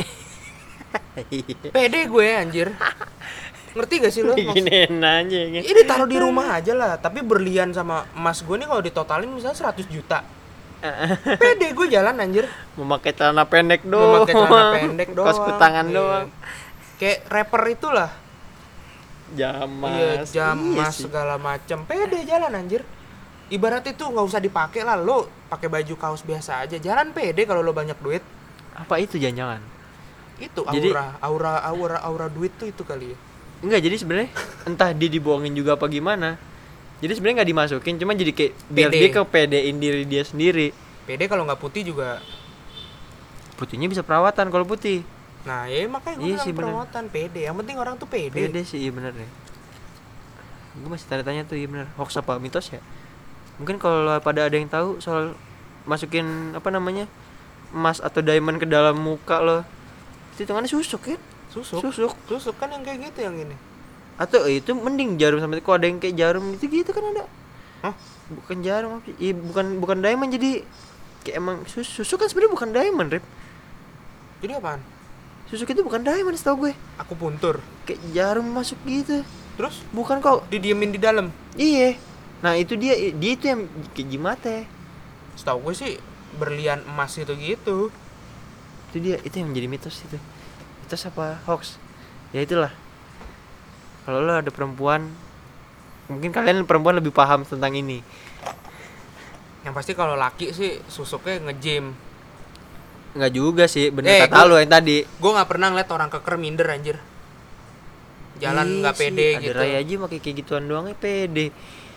Pede gue anjir. Ngerti gak sih lo? Gini aja gitu. Ini taruh di rumah aja lah. Tapi berlian sama emas gue nih kalau ditotalin misalnya seratus juta. Pede gue jalan anjir. Memakai celana pendek doang. Memakai celana pendek doang. Kos kutangan Iya. doang. Kayak rapper itulah. Jam Iya, mas. jam Iya emas sih. segala macam. Pede jalan anjir. Ibarat itu nggak usah dipakai lah, lo pakai baju kaos biasa aja. Jalan pede kalau lo banyak duit. Apa itu jangan-jangan? Itu Jadi- aura, aura, aura, aura duit tuh itu kali ya. Enggak, jadi sebenarnya entah dia dibohongin juga apa gimana. Jadi sebenarnya nggak dimasukin, cuma jadi kayak biar Pede. dia kepedein diri dia sendiri. Pede kalau nggak putih juga. Putihnya bisa perawatan kalau putih. Nah ya makanya gue Iya bilang sih, bener. perawatan pede. Yang penting orang tuh pede. Pede sih, iya bener deh. Gue masih tanya-tanya tuh, iya bener. Hoax apa mitos ya? Mungkin kalau pada ada yang tahu soal masukin apa namanya emas atau diamond ke dalam muka lo, itu hitungannya susuk kan? Susuk. Susuk. Susuk kan yang kayak gitu yang ini. Atau eh, itu mending jarum sampai kok ada yang kayak jarum gitu gitu kan ada. Hah? Bukan jarum apa? Iya bukan bukan diamond, jadi kayak emang sus- susuk kan sebenarnya bukan diamond, Rip. Jadi apaan? Susuk itu bukan diamond setahu gue. Aku puntur. Kayak jarum masuk gitu. Terus Bukan kok. didiemin di dalam. Iya. Nah, itu dia dia itu yang kayak jimatnya. Setahu gue sih berlian emas itu gitu. Itu dia, itu yang menjadi mitos itu. Mitos apa hoax? Ya itulah. Kalau lo ada perempuan, mungkin kalian perempuan lebih paham tentang ini. Yang pasti kalau laki sih susuknya nge-gym. Enggak juga sih, bener Eh, kata gua- lo yang tadi. Gue nggak pernah ngeliat orang keker minder anjir. Jalan Iya nggak sih, pede ada gitu. Ray aja pakai kayak gituan doang ya pede.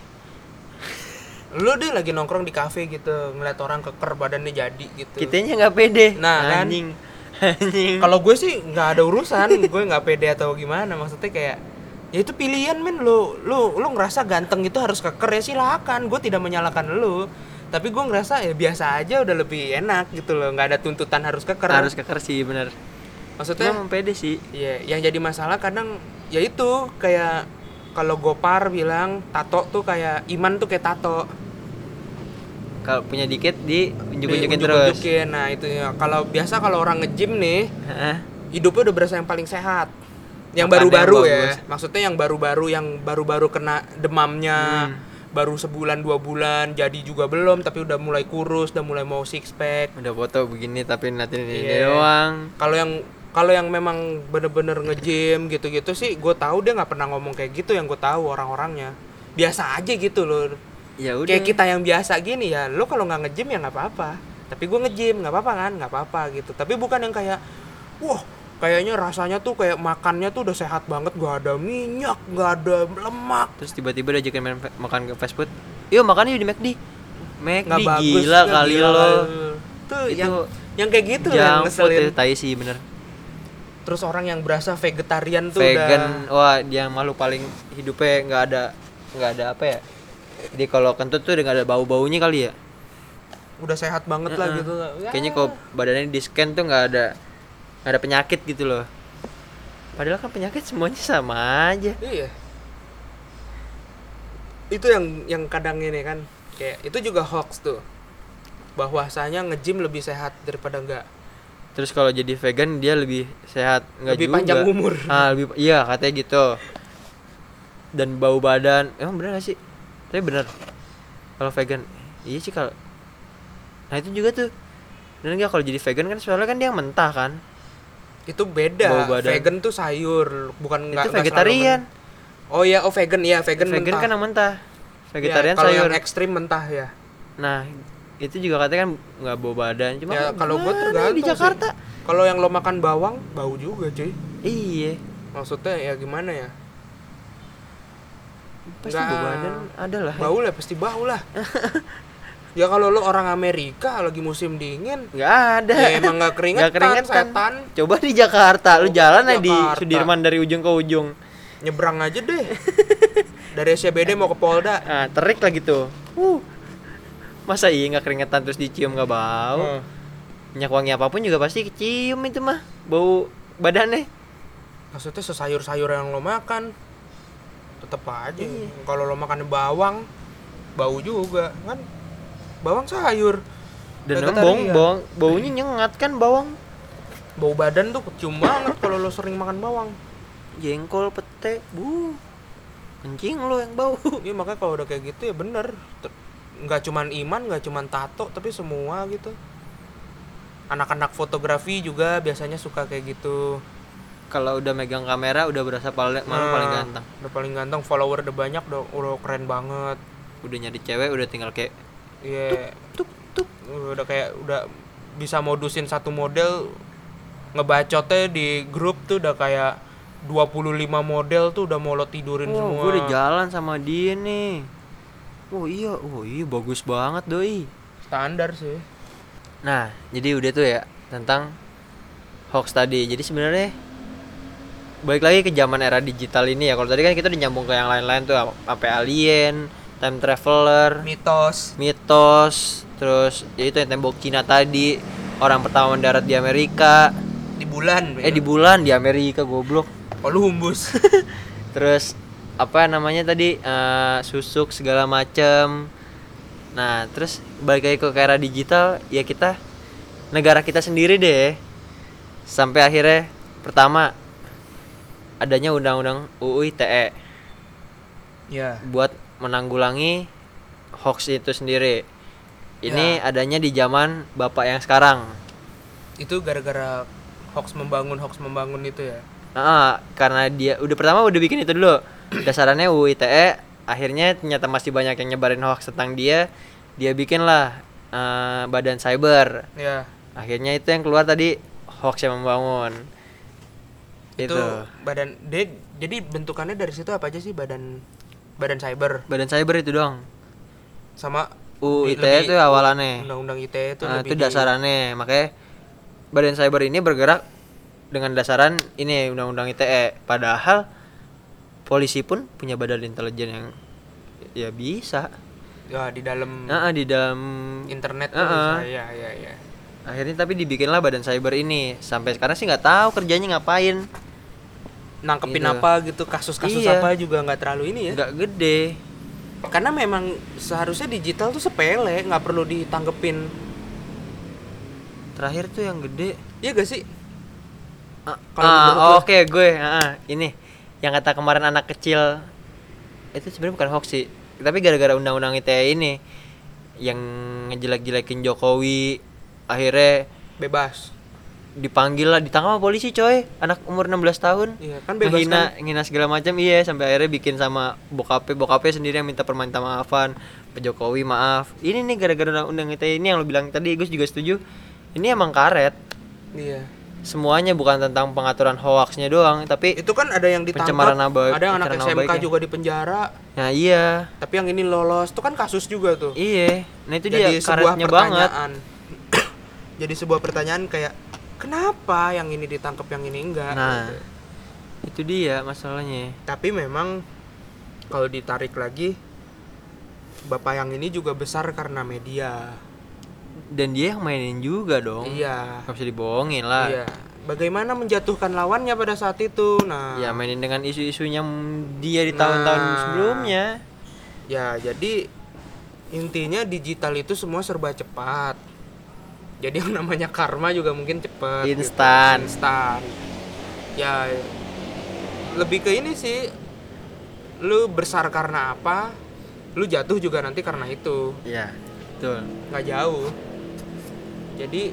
Lu deh lagi nongkrong di kafe gitu ngeliat orang keker badannya jadi gitu. Kitanya nggak pede. Nah, kan? anjing. Anjing. Kalau gue sih nggak ada urusan, gue nggak pede atau gimana. Maksudnya kayak ya itu pilihan men, lu lu lu ngerasa ganteng itu harus keker ya silakan. Gue tidak menyalahkan lu. Tapi gue ngerasa ya biasa aja udah lebih enak gitu loh, nggak ada tuntutan harus keker. harus keker sih bener. Maksudnya Cuma emang pede sih. ya yang jadi masalah kadang ya itu kayak kalau Gopar bilang tato tuh kayak iman tuh kayak tato. Kalau punya dikit di unjuk-unjukin terus. Diunjuk-unjukin. Nah itu ya. Kalau biasa kalau orang nge-gym nih Heeh. hidupnya udah berasa yang paling sehat. Yang Makannya baru-baru yang ya. bagus. Maksudnya yang baru-baru yang baru-baru kena demamnya. Hmm. Baru sebulan dua bulan jadi juga belum tapi udah mulai kurus, udah mulai mau six pack. Udah foto begini tapi nanti ini Iya. doang. Kalau yang kalau yang memang bener-bener nge-gym gitu-gitu sih gue tahu dia nggak pernah ngomong kayak gitu, yang gue tahu orang-orangnya. Biasa aja gitu loh. Ya udah. Kayak kita yang biasa gini ya, lo kalau nggak nge-gym ya nggak apa-apa. Tapi gue nge-gym nggak apa-apa kan, nggak apa-apa gitu. Tapi bukan yang kayak, wah kayaknya rasanya tuh kayak makannya tuh udah sehat banget, gak ada minyak, gak ada lemak. Terus tiba-tiba diajakin main fa- makan ke fast food. Yuk makannya di McD. McD Nggak bagus, gila nggak kali gila lo. kali. Tuh Itu yang yang kayak gitu yang junk food ngeselin. itu tai sih bener. Terus orang yang berasa vegetarian tuh Vegan, udah wah dia malu paling hidupnya nggak ada nggak ada apa ya. Jadi kalau kentut tuh udah nggak ada bau-baunya kali ya. udah sehat banget lah Heeh. gitu. Ya. Kayaknya kalau badannya di scan tuh nggak ada nggak ada penyakit gitu loh. Padahal kan penyakit semuanya sama aja. Iya. Itu yang yang kadang ini kan kayak itu juga hoax tuh. Bahwasanya nge-gym lebih sehat daripada enggak. Terus kalau jadi vegan dia lebih sehat, nggak Lebih juga. panjang umur. Ah, lebih iya katanya gitu. Dan bau badan, emang bener gak sih? Tapi bener. Kalau vegan, iya sih kalau. Nah itu juga tuh. Dan enggak kalau jadi vegan kan soalnya kan dia mentah kan. Itu beda. Bau badan. Vegan tuh sayur, bukan nggak Itu nggak vegetarian. selalu men- Oh iya, oh vegan ya, vegan, Vegan mentah. kan yang mentah. Vegetarian Ya, kalau sayur. yang ekstrim mentah ya. Nah, itu juga katanya kan nggak bau badan. Cuma Ya kalau gua gimana tergantung di Jakarta. sih. Kalau yang lo makan bawang, bau juga, cuy. Iya. Maksudnya ya gimana ya? Pasti Nggak- bau badan ada lah. Bau lah, pasti bau lah. Ya kalau lo orang Amerika lagi musim dingin, Nggak ada. ya emang nggak keringetan, Nggak keringetan. setan. Coba di Jakarta, lu Coba jalan di aja di Jakarta. Sudirman dari ujung ke ujung. Nyebrang aja deh. Dari S C B D mau ke Polda. Ah, terik lah gitu. Uh. Masa iya nggak keringetan terus dicium nggak bau? Hmm. Minyak wangi apapun juga pasti kecium itu mah. Bau badannya. Maksudnya sesayur-sayur yang lo makan tetep aja. Iya. Kalau lo makan bawang, bau juga kan. Bawang sayur. Dan emang bawang, bawang, baunya nyengat kan bawang. Bau badan tuh kecium banget kalau lo sering makan bawang. Jengkol, pete, bu. Kencing lo yang bau. Iya makanya kalau udah kayak gitu ya bener. Nggak cuman Iman, nggak cuman Tato, tapi semua gitu. Anak-anak fotografi juga biasanya suka kayak gitu. Kalau udah megang kamera udah berasa paling malu Nah, paling ganteng. Udah paling ganteng, follower udah banyak, udah, udah keren banget. Udah nyari cewek udah tinggal kayak Iya. tuk tuk. Udah kayak udah bisa modusin satu model, ngebacotnya di grup tuh udah kayak dua puluh lima model tuh udah mau lo tidurin Oh, semua. gue udah jalan sama dia nih. Oh iya, oh iya bagus banget doi. Standar sih. Nah, jadi udah tuh ya tentang hoax tadi. Jadi sebenarnya balik lagi ke zaman era digital ini ya. Kalau tadi kan kita udah nyambung ke yang lain-lain tuh, sampai alien, time traveler, Mitos. mitos, terus ya itu yang tembok Cina tadi, orang pertama mendarat di Amerika. Di bulan. Eh di bulan di Amerika goblok. Oh lu humbus. Terus apa namanya tadi uh, susuk segala macem. Nah terus balik lagi ke era digital ya, kita negara kita sendiri deh sampai akhirnya pertama adanya undang-undang U U I T E Ya. buat menanggulangi hoax itu sendiri. Ini Ya. adanya di zaman bapak yang sekarang. Itu gara-gara hoax membangun hoax membangun itu ya. Nah, karena dia udah pertama udah bikin itu dulu. Dasarannya U U I T E, akhirnya ternyata masih banyak yang nyebarin hoax tentang dia. Dia bikinlah uh, badan cyber. Ya. Akhirnya itu yang keluar tadi, hoax yang membangun. Itu, Itu. badan dia, jadi bentukannya dari situ apa aja sih, badan badan cyber Badan cyber itu doang. sama U U I T E lebih- itu awalannya. Undang-undang I T E itu Nah, lebih itu di- dasarannya. Makanya badan cyber ini bergerak dengan dasaran ini undang-undang I T E. Padahal polisi pun punya badan intelijen yang ya bisa. ya di dalam Nah, di dalam internet tuh Uh-uh. bisa. Ya ya ya. akhirnya tapi dibikinlah badan cyber ini. Sampai sekarang sih nggak tahu kerjanya ngapain. Nangkepin Gitu. apa gitu, kasus-kasus Iya. apa juga nggak terlalu ini ya. Nggak gede. Karena memang seharusnya digital tuh sepele, nggak perlu ditanggepin. Terakhir tuh yang gede. Iya gak sih? Ah, Kalau ah, menurut oh, lo? oke gue, ah, ini yang kata kemarin anak kecil itu sebenarnya bukan hoax sih, tapi gara-gara undang-undang I T E ini yang ngejelek-jelekin Jokowi, akhirnya Bebas. dipanggil lah, ditangkap sama polisi coy, anak umur enam belas tahun. Iya, kan bebas Ngehina, kan? ngehina segala macam, iya, sampai akhirnya bikin sama bokapnya, bokapnya sendiri yang minta permintaan maafan, Pak Jokowi maaf. Ini nih gara-gara undang-undang I T E ini yang lo bilang tadi, gue juga setuju. Ini emang karet. Iya. Semuanya bukan tentang pengaturan hoaxnya doang, tapi Itu kan ada yang ditangkap, Pencemaran nama- ada yang anak pencemaran S M nama K baiknya. juga di penjara, nah iya, tapi yang ini lolos. Itu kan kasus juga tuh. iya. Nah itu Jadi dia sebuah karetnya banget. pertanyaan. Jadi sebuah pertanyaan kayak kenapa yang ini ditangkap yang ini enggak? Nah, gitu. itu dia masalahnya. Tapi memang kalau ditarik lagi, bapak yang ini juga besar karena media. Dan dia yang mainin juga dong. Iya. Gak bisa dibohongin lah. Iya. Bagaimana menjatuhkan lawannya pada saat itu? Nah. Ya mainin dengan isu-isunya dia di tahun-tahun Nah. sebelumnya. Ya, jadi intinya digital itu semua serba cepat. Jadi yang namanya karma juga mungkin cepat. Instan. Gitu. Instan. Ya, lebih ke ini sih. Lu besar karena apa? Lu jatuh juga nanti karena itu. Iya, betul. Nggak jauh. Jadi,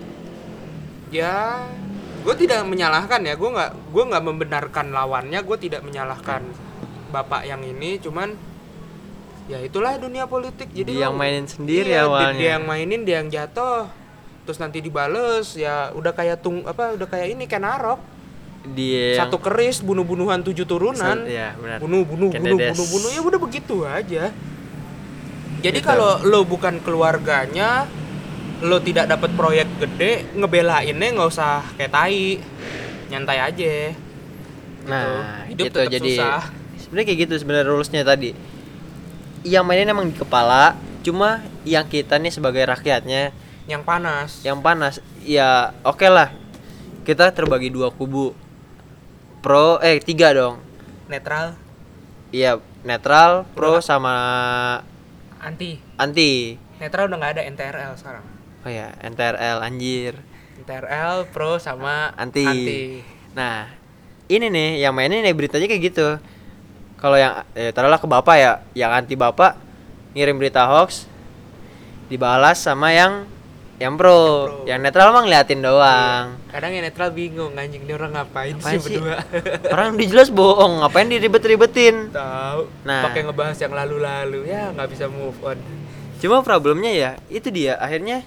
ya, gue tidak menyalahkan ya. Gue nggak, gue nggak membenarkan lawannya. Gue tidak menyalahkan bapak yang ini. Cuman ya itulah dunia politik. Jadi Dia lu- yang mainin sendiri iya, di- awalnya. dia yang mainin, dia yang jatuh, terus nanti dibales. Ya udah kayak tung apa udah kayak ini Ken Arok, Dia yang- satu keris bunuh-bunuhan tujuh turunan, Iya, benar. bunuh bunuh Ken bunuh Dedes. bunuh bunuh ya udah begitu aja. Jadi Gitu. kalau lo bukan keluarganya, lo tidak dapat proyek gede, ngebelainnya nggak usah kayak tai, nyantai aja. Nah, Hidup gitu tetap jadi susah. sebenarnya kayak gitu sebenarnya rulesnya tadi. Yang mainin emang di kepala, cuma yang kita nih sebagai rakyatnya Yang panas. yang panas. Ya, oke lah. Kita terbagi dua kubu. Pro eh tiga dong. Netral, Iya, netral, pro Udah. sama anti. anti. Netral udah nggak ada, N T R L sekarang. Oh ya, N T R L anjir. N T R L, pro sama Anti. anti. Nah, ini nih yang mainnya nih beritanya kayak gitu. Kalau yang eh, taruhlah ke bapak ya, yang anti bapak ngirim berita hoax dibalas sama yang yang pro, Yang pro. yang netral mah ngeliatin doang. Iya. Kadang yang netral bingung anjing ini orang ngapain, Ngapain sih sih? berdua. Orang udah jelas bohong, ngapain diribet-ribetin? Tahu. Nah. Pakai ngebahas yang lalu-lalu ya nggak bisa move on. Cuma problemnya ya, itu dia akhirnya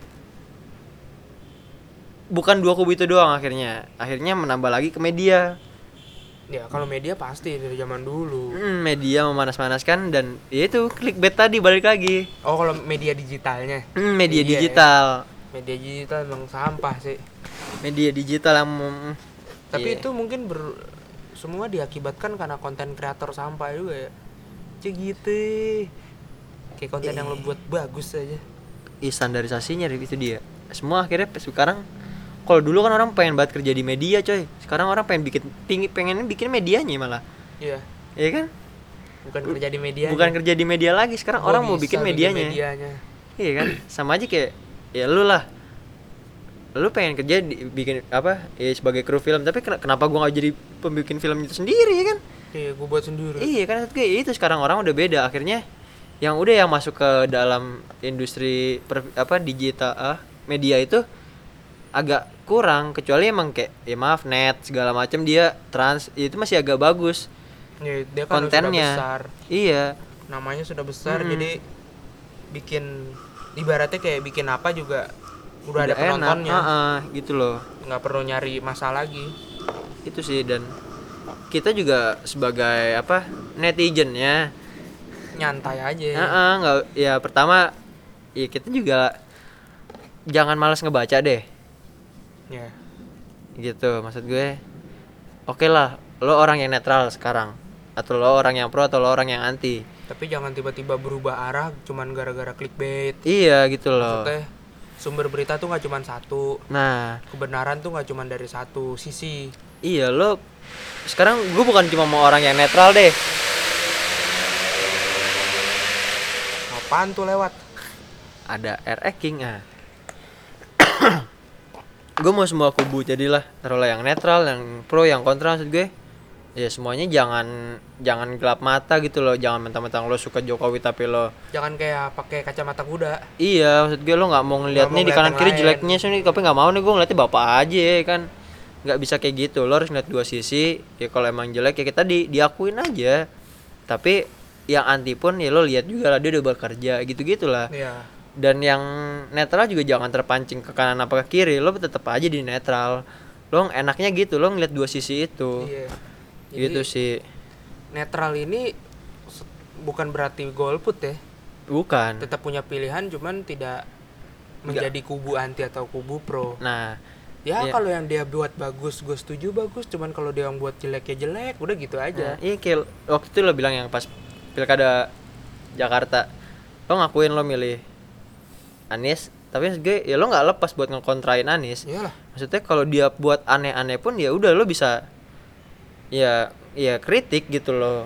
bukan dua kubu itu doang akhirnya. Akhirnya menambah lagi ke media. Ya kalau media pasti dari zaman dulu. Hmm, media memanas-manaskan dan ya itu clickbait tadi balik lagi. Oh kalau media digitalnya. Hmm, media Iya, digital. ya. Media digital emang sampah sih. Media digital yang mem- Tapi iya. itu mungkin ber, semua diakibatkan karena konten kreator sampah juga ya. Cik gitu. Kayak konten yang lo buat bagus aja. Ih, standarisasinya itu dia. Semua akhirnya sekarang kalau dulu kan orang pengen banget kerja di media, coy. Sekarang orang pengen bikin pingin pengen bikin medianya malah. Iya. Iya kan? Bukan kerja di media. Bukan kerja di media lagi, sekarang Gua orang mau bisa bikin medianya. medianya. Iya kan? Sama aja kayak ya lu lah. Lu pengen kerja di, bikin apa? Ya sebagai kru film, tapi ken- kenapa gua enggak jadi pembikin film itu sendiri ya kan? Iya, gue buat sendiri. Iya kan, maksud gue itu sekarang orang udah beda akhirnya. Yang udah yang masuk ke dalam industri per, apa digital ah, media itu agak kurang, kecuali emang kayak ya maaf net segala macam dia trans itu masih agak bagus Ya, dia kan kontennya. sudah besar. Iya. Namanya sudah besar, Mm-mm. jadi bikin ibaratnya kayak bikin apa juga udah, ada enak, penontonnya. uh-uh, gitu loh. Nggak perlu nyari masalah lagi. Itu sih, dan kita juga sebagai apa netizen ya Nyantai aja. uh-uh, nggak ya pertama ya kita juga jangan malas ngebaca deh Ya. gitu maksud gue. Oke lah lo orang yang netral sekarang, atau lo orang yang pro atau lo orang yang anti, Tapi jangan tiba-tiba berubah arah cuman gara-gara clickbait. iya gitu loh. Maksudnya sumber berita tuh nggak cuman satu. Nah Kebenaran tuh nggak cuman dari satu sisi. iya lo sekarang gue bukan cuma mau orang yang netral deh. Apaan tuh lewat? Ada R E King ah. Gue mau semua kubu jadilah, taruhlah yang netral, yang pro, yang kontra, maksud gue ya semuanya jangan jangan gelap mata gitu loh. Jangan mentang-mentang lo suka Jokowi tapi lo Jangan kayak pakai kacamata kuda. iya, maksud gue lo nggak mau ngeliat Nggak mau nih di ngeliat kanan yang kiri lain. jeleknya sini, tapi nggak mau nih gue ngeliatnya bapak aja ya kan. Nggak bisa kayak gitu, lo harus ngeliat dua sisi. Ya kalau emang jelek ya kita di diakuin aja, tapi yang anti pun ya lo lihat juga lah dia udah bekerja gitu gitulah. Iya. Dan yang netral juga jangan terpancing ke kanan apa ke kiri, lo tetap aja di netral. Lo enaknya gitu, lo ngeliat dua sisi itu. Iya. Gitu Jadi, sih. netral ini se- bukan berarti golput ya. Bukan. Tetap punya pilihan, cuman tidak menjadi kubu anti atau kubu pro. Nah, Ya iya. kalau yang dia buat bagus, gue setuju bagus. Cuman kalau dia yang buat jelek ya jelek, udah gitu aja. nah, iya kayak waktu itu lo bilang yang pas pilkada Jakarta, lo ngakuin lo milih Anies, tapi maksud gue ya lo nggak lepas buat ngekontrain Anies. Iyalah. Maksudnya kalau dia buat aneh-aneh pun ya udah lo bisa ya ya kritik gitu loh.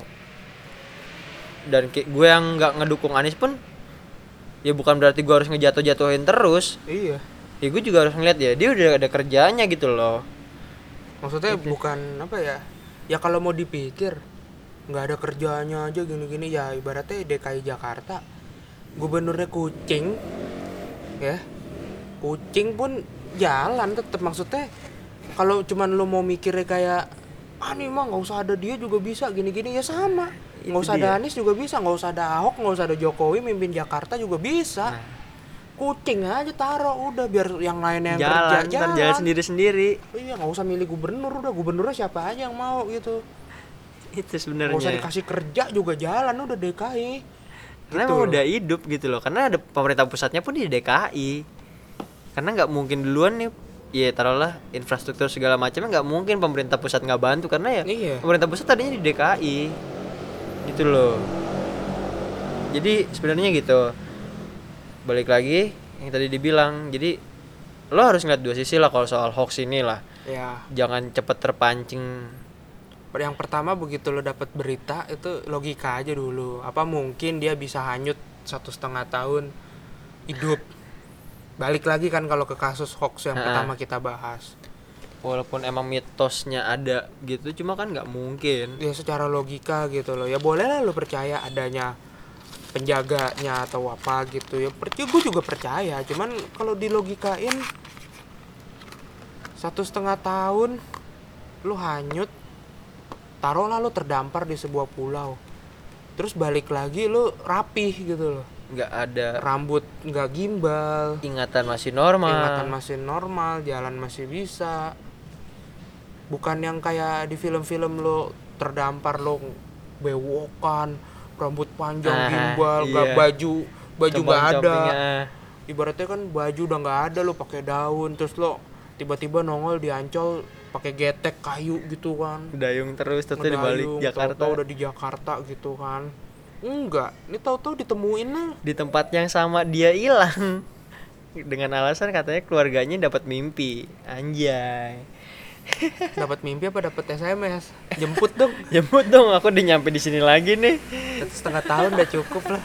Dan kayak gue yang nggak ngedukung Anies pun ya bukan berarti gue harus ngejatuh-jatuhin terus. Iya. Ya gue juga harus ngeliat ya dia udah ada kerjanya gitu loh. Maksudnya Gitu. bukan apa ya? Ya kalau mau dipikir nggak ada kerjanya aja gini-gini ya ibaratnya D K I Jakarta gubernurnya kucing ya, kucing pun jalan tetap. Maksudnya kalau cuman lo mau mikirnya kayak ah nih mah nggak usah ada dia juga bisa gini-gini ya sama, nggak Itu usah dia. ada Anies juga bisa, nggak usah ada Ahok, nggak usah ada Jokowi mimpin Jakarta juga bisa. Nah. Kucing aja taruh udah biar yang lainnya yang Jalan, kerja ntar jalan. jalan sendiri-sendiri. Iya nggak usah milih gubernur, udah gubernurnya siapa aja yang mau gitu. Itu Nggak usah sebenarnya. dikasih kerja juga jalan udah D K I. Karena Gitu emang loh. udah hidup gitu loh. Karena ada pemerintah pusatnya pun di D K I. Karena nggak mungkin duluan nih. Ya taruhlah infrastruktur segala macamnya nggak mungkin pemerintah pusat nggak bantu karena ya Iya. pemerintah pusat tadinya di D K I. Gitu loh. Jadi sebenarnya gitu. Balik lagi yang tadi dibilang. Jadi lo harus ngeliat dua sisi lah kalau soal hoax ini lah. Ya. Jangan cepet terpancing. Yang pertama begitu lo dapet berita itu logika aja dulu. Apa mungkin dia bisa hanyut satu setengah tahun hidup? balik lagi kan kalau ke kasus hoax yang Ha-ha. pertama kita bahas. Walaupun emang mitosnya ada gitu, cuma kan nggak mungkin. Ya secara logika gitu loh. Ya boleh lah lo percaya adanya penjaganya atau apa gitu ya. Per- gue juga percaya. Cuman kalau dilogikain satu setengah tahun lu hanyut, taruhlah lu terdampar di sebuah pulau, terus balik lagi lu rapih gitu loh, Nggak ada rambut nggak gimbal, ingatan masih normal. ingatan masih normal, jalan masih bisa. Bukan yang kayak di film-film lo terdampar lo bewokan, rambut panjang Ah, gimbal, iya. nggak baju baju nggak ada. Compang-compingnya. Ibaratnya kan baju udah nggak ada, lo pakai daun, terus lo tiba-tiba nongol di Ancol pakai getek kayu gitu kan, Dayung terus terus di balik ngedayung, Jakarta. tahu-tahu udah di Jakarta gitu kan. Enggak, ini tahu-tahu ditemuin lah. Di tempat yang sama dia hilang. Dengan alasan katanya keluarganya dapat mimpi. Anjay. Dapat mimpi apa dapat S M S? Jemput dong. Jemput dong, aku udah nyampe di sini lagi nih. Satu setengah tahun udah cukup lah.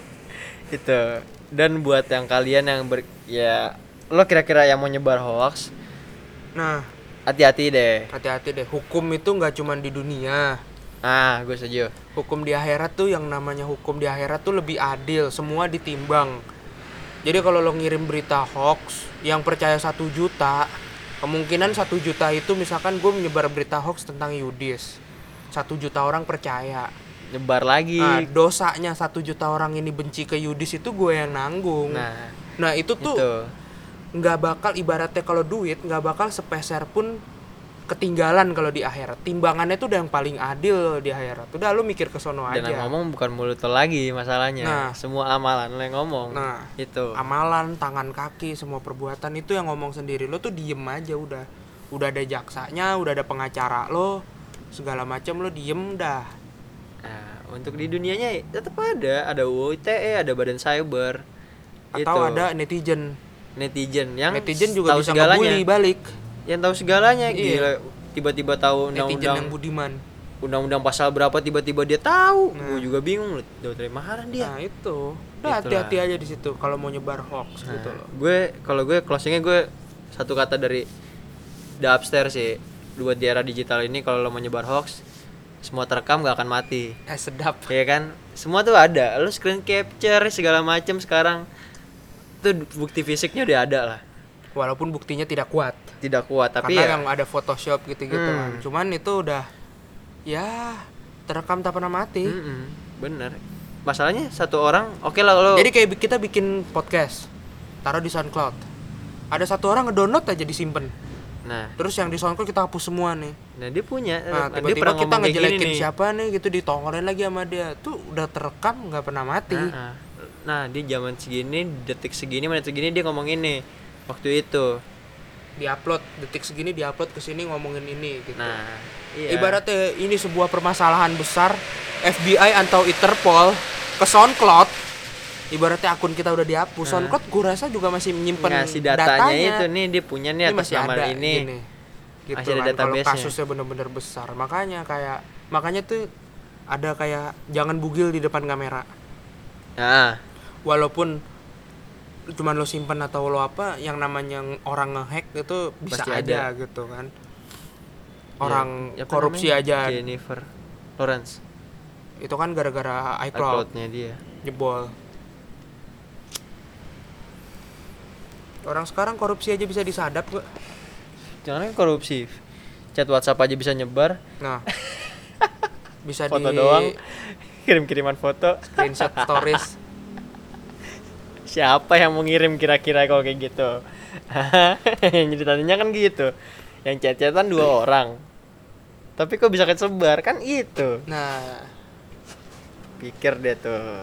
Itu. Dan buat yang kalian yang ber ya lo kira-kira yang mau nyebar hoax, Nah, hati-hati deh. hati-hati deh. Hukum itu nggak cuma di dunia. Ah, gue setuju. Hukum di akhirat tuh, yang namanya hukum di akhirat tuh lebih adil, semua ditimbang. Jadi kalau lo ngirim berita hoax, yang percaya satu juta, kemungkinan satu juta itu misalkan gue menyebar berita hoax tentang Yudis, satu juta orang percaya. Nyebar lagi. Nah, dosanya satu juta orang ini benci ke Yudis itu gue yang nanggung. Nah, Nah itu tuh itu. nggak bakal, ibaratnya kalau duit nggak bakal sepeser pun ketinggalan kalau di akhirat. Timbangannya tuh udah yang paling adil di akhirat. Udah lu mikir ke sono Dan aja. yang ngomong bukan mulut lo lagi masalahnya. Nah. Semua amalan lo yang ngomong. Nah, Itu. amalan, tangan kaki, semua perbuatan itu yang ngomong sendiri. Lo tuh diem aja udah. Udah ada jaksanya, udah ada pengacara lo, segala macam lo diem dah. Nah, untuk di dunianya tetap ada, ada U I T E, ada Badan Cyber. Atau Itu. ada netizen. Netizen yang Netizen juga tahu bisa segalanya. ngebully balik. Yang tahu segalanya, Iya. gila. Tiba-tiba tahu Netizen undang-undang yang budiman. undang-undang pasal berapa tiba-tiba dia tahu. Nah. Gue juga bingung, loh dari mana dia. Nah itu. Udah Itulah. hati-hati aja di situ kalau mau nyebar hoax Nah, gitu loh. gue kalau gue closingnya gue satu kata dari The Upstairs sih. Buat di era digital ini kalau lo mau nyebar hoax, semua terekam gak akan mati. Eh sedap. Ya kan? Semua tuh ada. Lo screen capture segala macam sekarang. Tuh bukti fisiknya udah ada lah. Walaupun buktinya tidak kuat. Tidak kuat tapi Karena ya yang ada Photoshop gitu-gitu Hmm. kan. Cuman itu udah ya terekam tak pernah mati. Mm-mm, bener. Masalahnya satu orang, oke lah lo. Jadi kayak bi- kita bikin podcast, taruh di SoundCloud. Ada satu orang ngedownload aja disimpan. Nah, Terus yang di SoundCloud kita hapus semua nih. nah dia punya. Nah, dia tiba-tiba pernah kita ngomong kayak gini ngejelekin nih. siapa nih gitu, ditongolin lagi sama dia. Tuh udah terekam nggak pernah mati. Nah, nah, di zaman segini, detik segini, menit segini dia ngomong ini. Waktu itu. Diupload detik segini, diupload ke sini ngomongin ini gitu. Nah, iya. Ibaratnya ini sebuah permasalahan besar, F B I atau Interpol ke SoundCloud, ibaratnya akun kita udah dihapus. Nah. SoundCloud gue rasa juga masih menyimpan ngasih datanya, itu nih dia punya nih Ini atas masih nama ada ini. gini. Gitu Masih ada kan, kalau database-nya. kasusnya bener-bener besar. Makanya kayak makanya tuh ada kayak jangan bugil di depan kamera. Nah, Walaupun cuman lo simpen atau lo apa, yang namanya orang ngehack itu bisa Pasti aja ada. gitu kan. Orang ya, apa korupsi namanya? aja Jennifer Lawrence. itu kan gara-gara iCloud iCloud-nya dia. jebol. Orang sekarang korupsi aja bisa disadap kok. Jangan kan korupsi. Chat WhatsApp aja bisa nyebar. Nah. Bisa Foto di doang. Kirim-kiriman foto. screenshot stories. Siapa yang mau ngirim kira-kira kalau kayak gitu? Jadi tadinya kan gitu. Yang chat-chatan dua orang. Tapi kok bisa kesebar kan itu. Nah, Pikir deh tuh.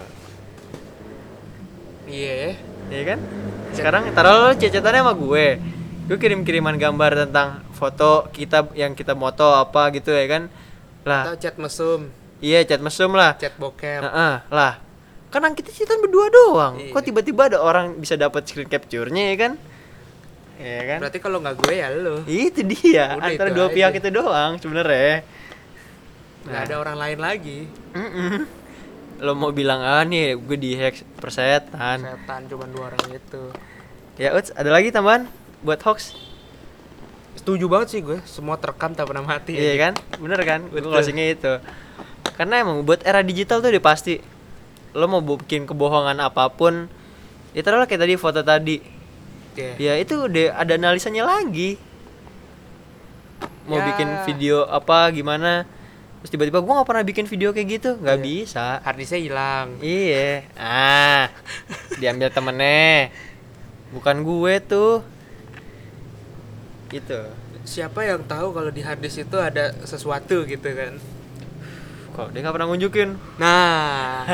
iya. Iya kan? Sekarang taruh lo chat-chatannya sama gue. Gue kirim-kiriman gambar tentang foto kita yang kita moto apa gitu ya kan. Lah, Atau chat mesum, iya chat mesum lah. chat bokep. Heeh, lah. Kan kita chatan berdua doang. Iya. Kok tiba-tiba ada orang bisa dapat screen capture-nya ya kan? Iya kan? Berarti kalau nggak gue ya lo. Itu dia, Udah, antara itu dua aja. pihak itu doang sebenarnya. Nggak ada orang lain lagi. Mm-mm. Lo mau bilang ah nih gue dihack persetan. Setan cuma dua orang itu. Ya Uts, ada lagi tambahan buat hoax? Setuju banget sih gue, semua terekam tak pernah mati. Iya kan, bener kan? Gue closingnya itu. Karena emang buat era digital tuh udah pasti lo mau bikin kebohongan apapun, itu adalah kayak tadi foto tadi. Yeah. Ya itu udah ada analisanya lagi. Mau Ya. bikin video apa gimana, terus tiba-tiba gue nggak pernah bikin video kayak gitu, nggak Iya. bisa. Harddisknya hilang. Iya, ah, diambil temennya, bukan gue tuh. Gitu. Siapa yang tahu kalau di harddisk itu ada sesuatu gitu kan? Kok dia nggak pernah ngunjukin? Nah,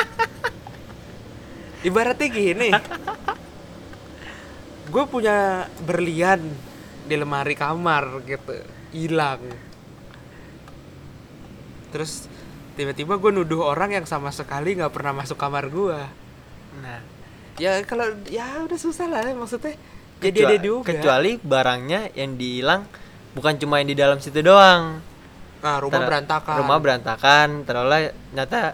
ibaratnya gini, gue punya berlian di lemari kamar gitu, hilang. Terus tiba-tiba gue nuduh orang yang sama sekali nggak pernah masuk kamar gue. Nah, Ya kalau ya udah susah lah maksudnya. Jadi Kecua- ada juga. kecuali barangnya yang dihilang bukan cuma yang di dalam situ doang. Nah, rumah Ter- berantakan. Rumah berantakan, terolah nyata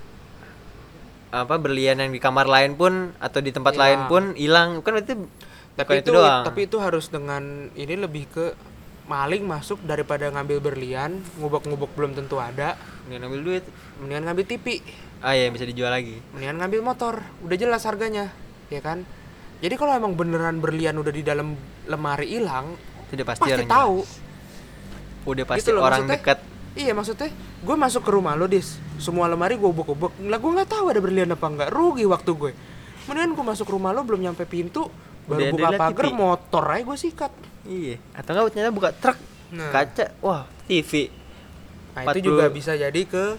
apa berlian yang di kamar lain pun atau di tempat Hilang. lain pun hilang. Kan berarti Tapi bukan itu, doang. tapi itu harus dengan ini lebih ke maling masuk daripada ngambil berlian, ngubek-ngubek belum tentu ada. Mendingan ngambil duit. Mendingan ngambil T V, Ah ya, bisa dijual lagi. mendingan ngambil motor, udah jelas harganya, ya kan? Jadi kalau emang beneran berlian udah di dalam lemari hilang, Itu udah pasti, pasti orang tahu. jelas. Udah pasti Gitu loh, orang maksudnya. dekat. Iya maksudnya, gue masuk ke rumah lo dis, semua lemari gue ubek-ubek, lah gue nggak tahu ada berlian apa nggak, rugi waktu gue. Mendingan gue masuk rumah lo belum nyampe pintu, baru Udah buka ada pagar, T V. motor aja gue sikat. Iya, atau enggak ternyata buka truk, Nah. kaca, wah, T V. Nah empat itu puluh juga bisa jadi ke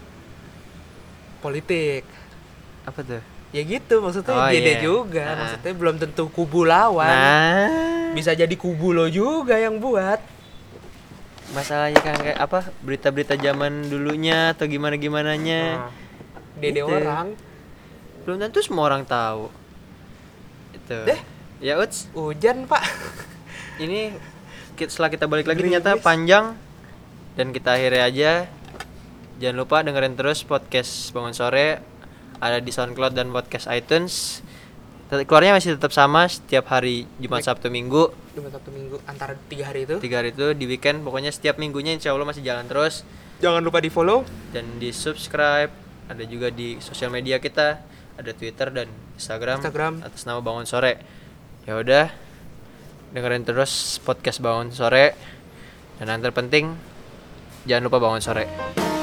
politik. Apa tuh? Ya gitu maksudnya Oh, beda iya. juga, Nah. maksudnya belum tentu kubu lawan. Nah, Bisa jadi kubu lo juga yang buat. masalahnya kan kayak apa berita-berita zaman dulunya atau gimana gimananya Nah, dede Gitu. orang. belum tentu semua orang tahu itu. Deh. Ya Uts, Hujan pak. ini ki- setelah kita balik lagi Gerimis. ternyata panjang dan kita akhiri aja. Jangan lupa dengerin terus podcast Bangun Sore, ada di SoundCloud dan podcast iTunes. Tet- Keluarnya masih tetap sama setiap hari Jumat, Baik. Sabtu, Minggu. Jumat Sabtu Minggu antara tiga hari itu. Tiga hari itu di weekend, pokoknya setiap minggunya insya Allah masih jalan terus. Jangan lupa di follow. Dan di subscribe. Ada juga di sosial media kita, ada Twitter dan Instagram, Instagram. atas nama Bangun Sore. Ya udah, dengerin terus podcast Bangun Sore. Dan yang terpenting, jangan lupa bangun sore.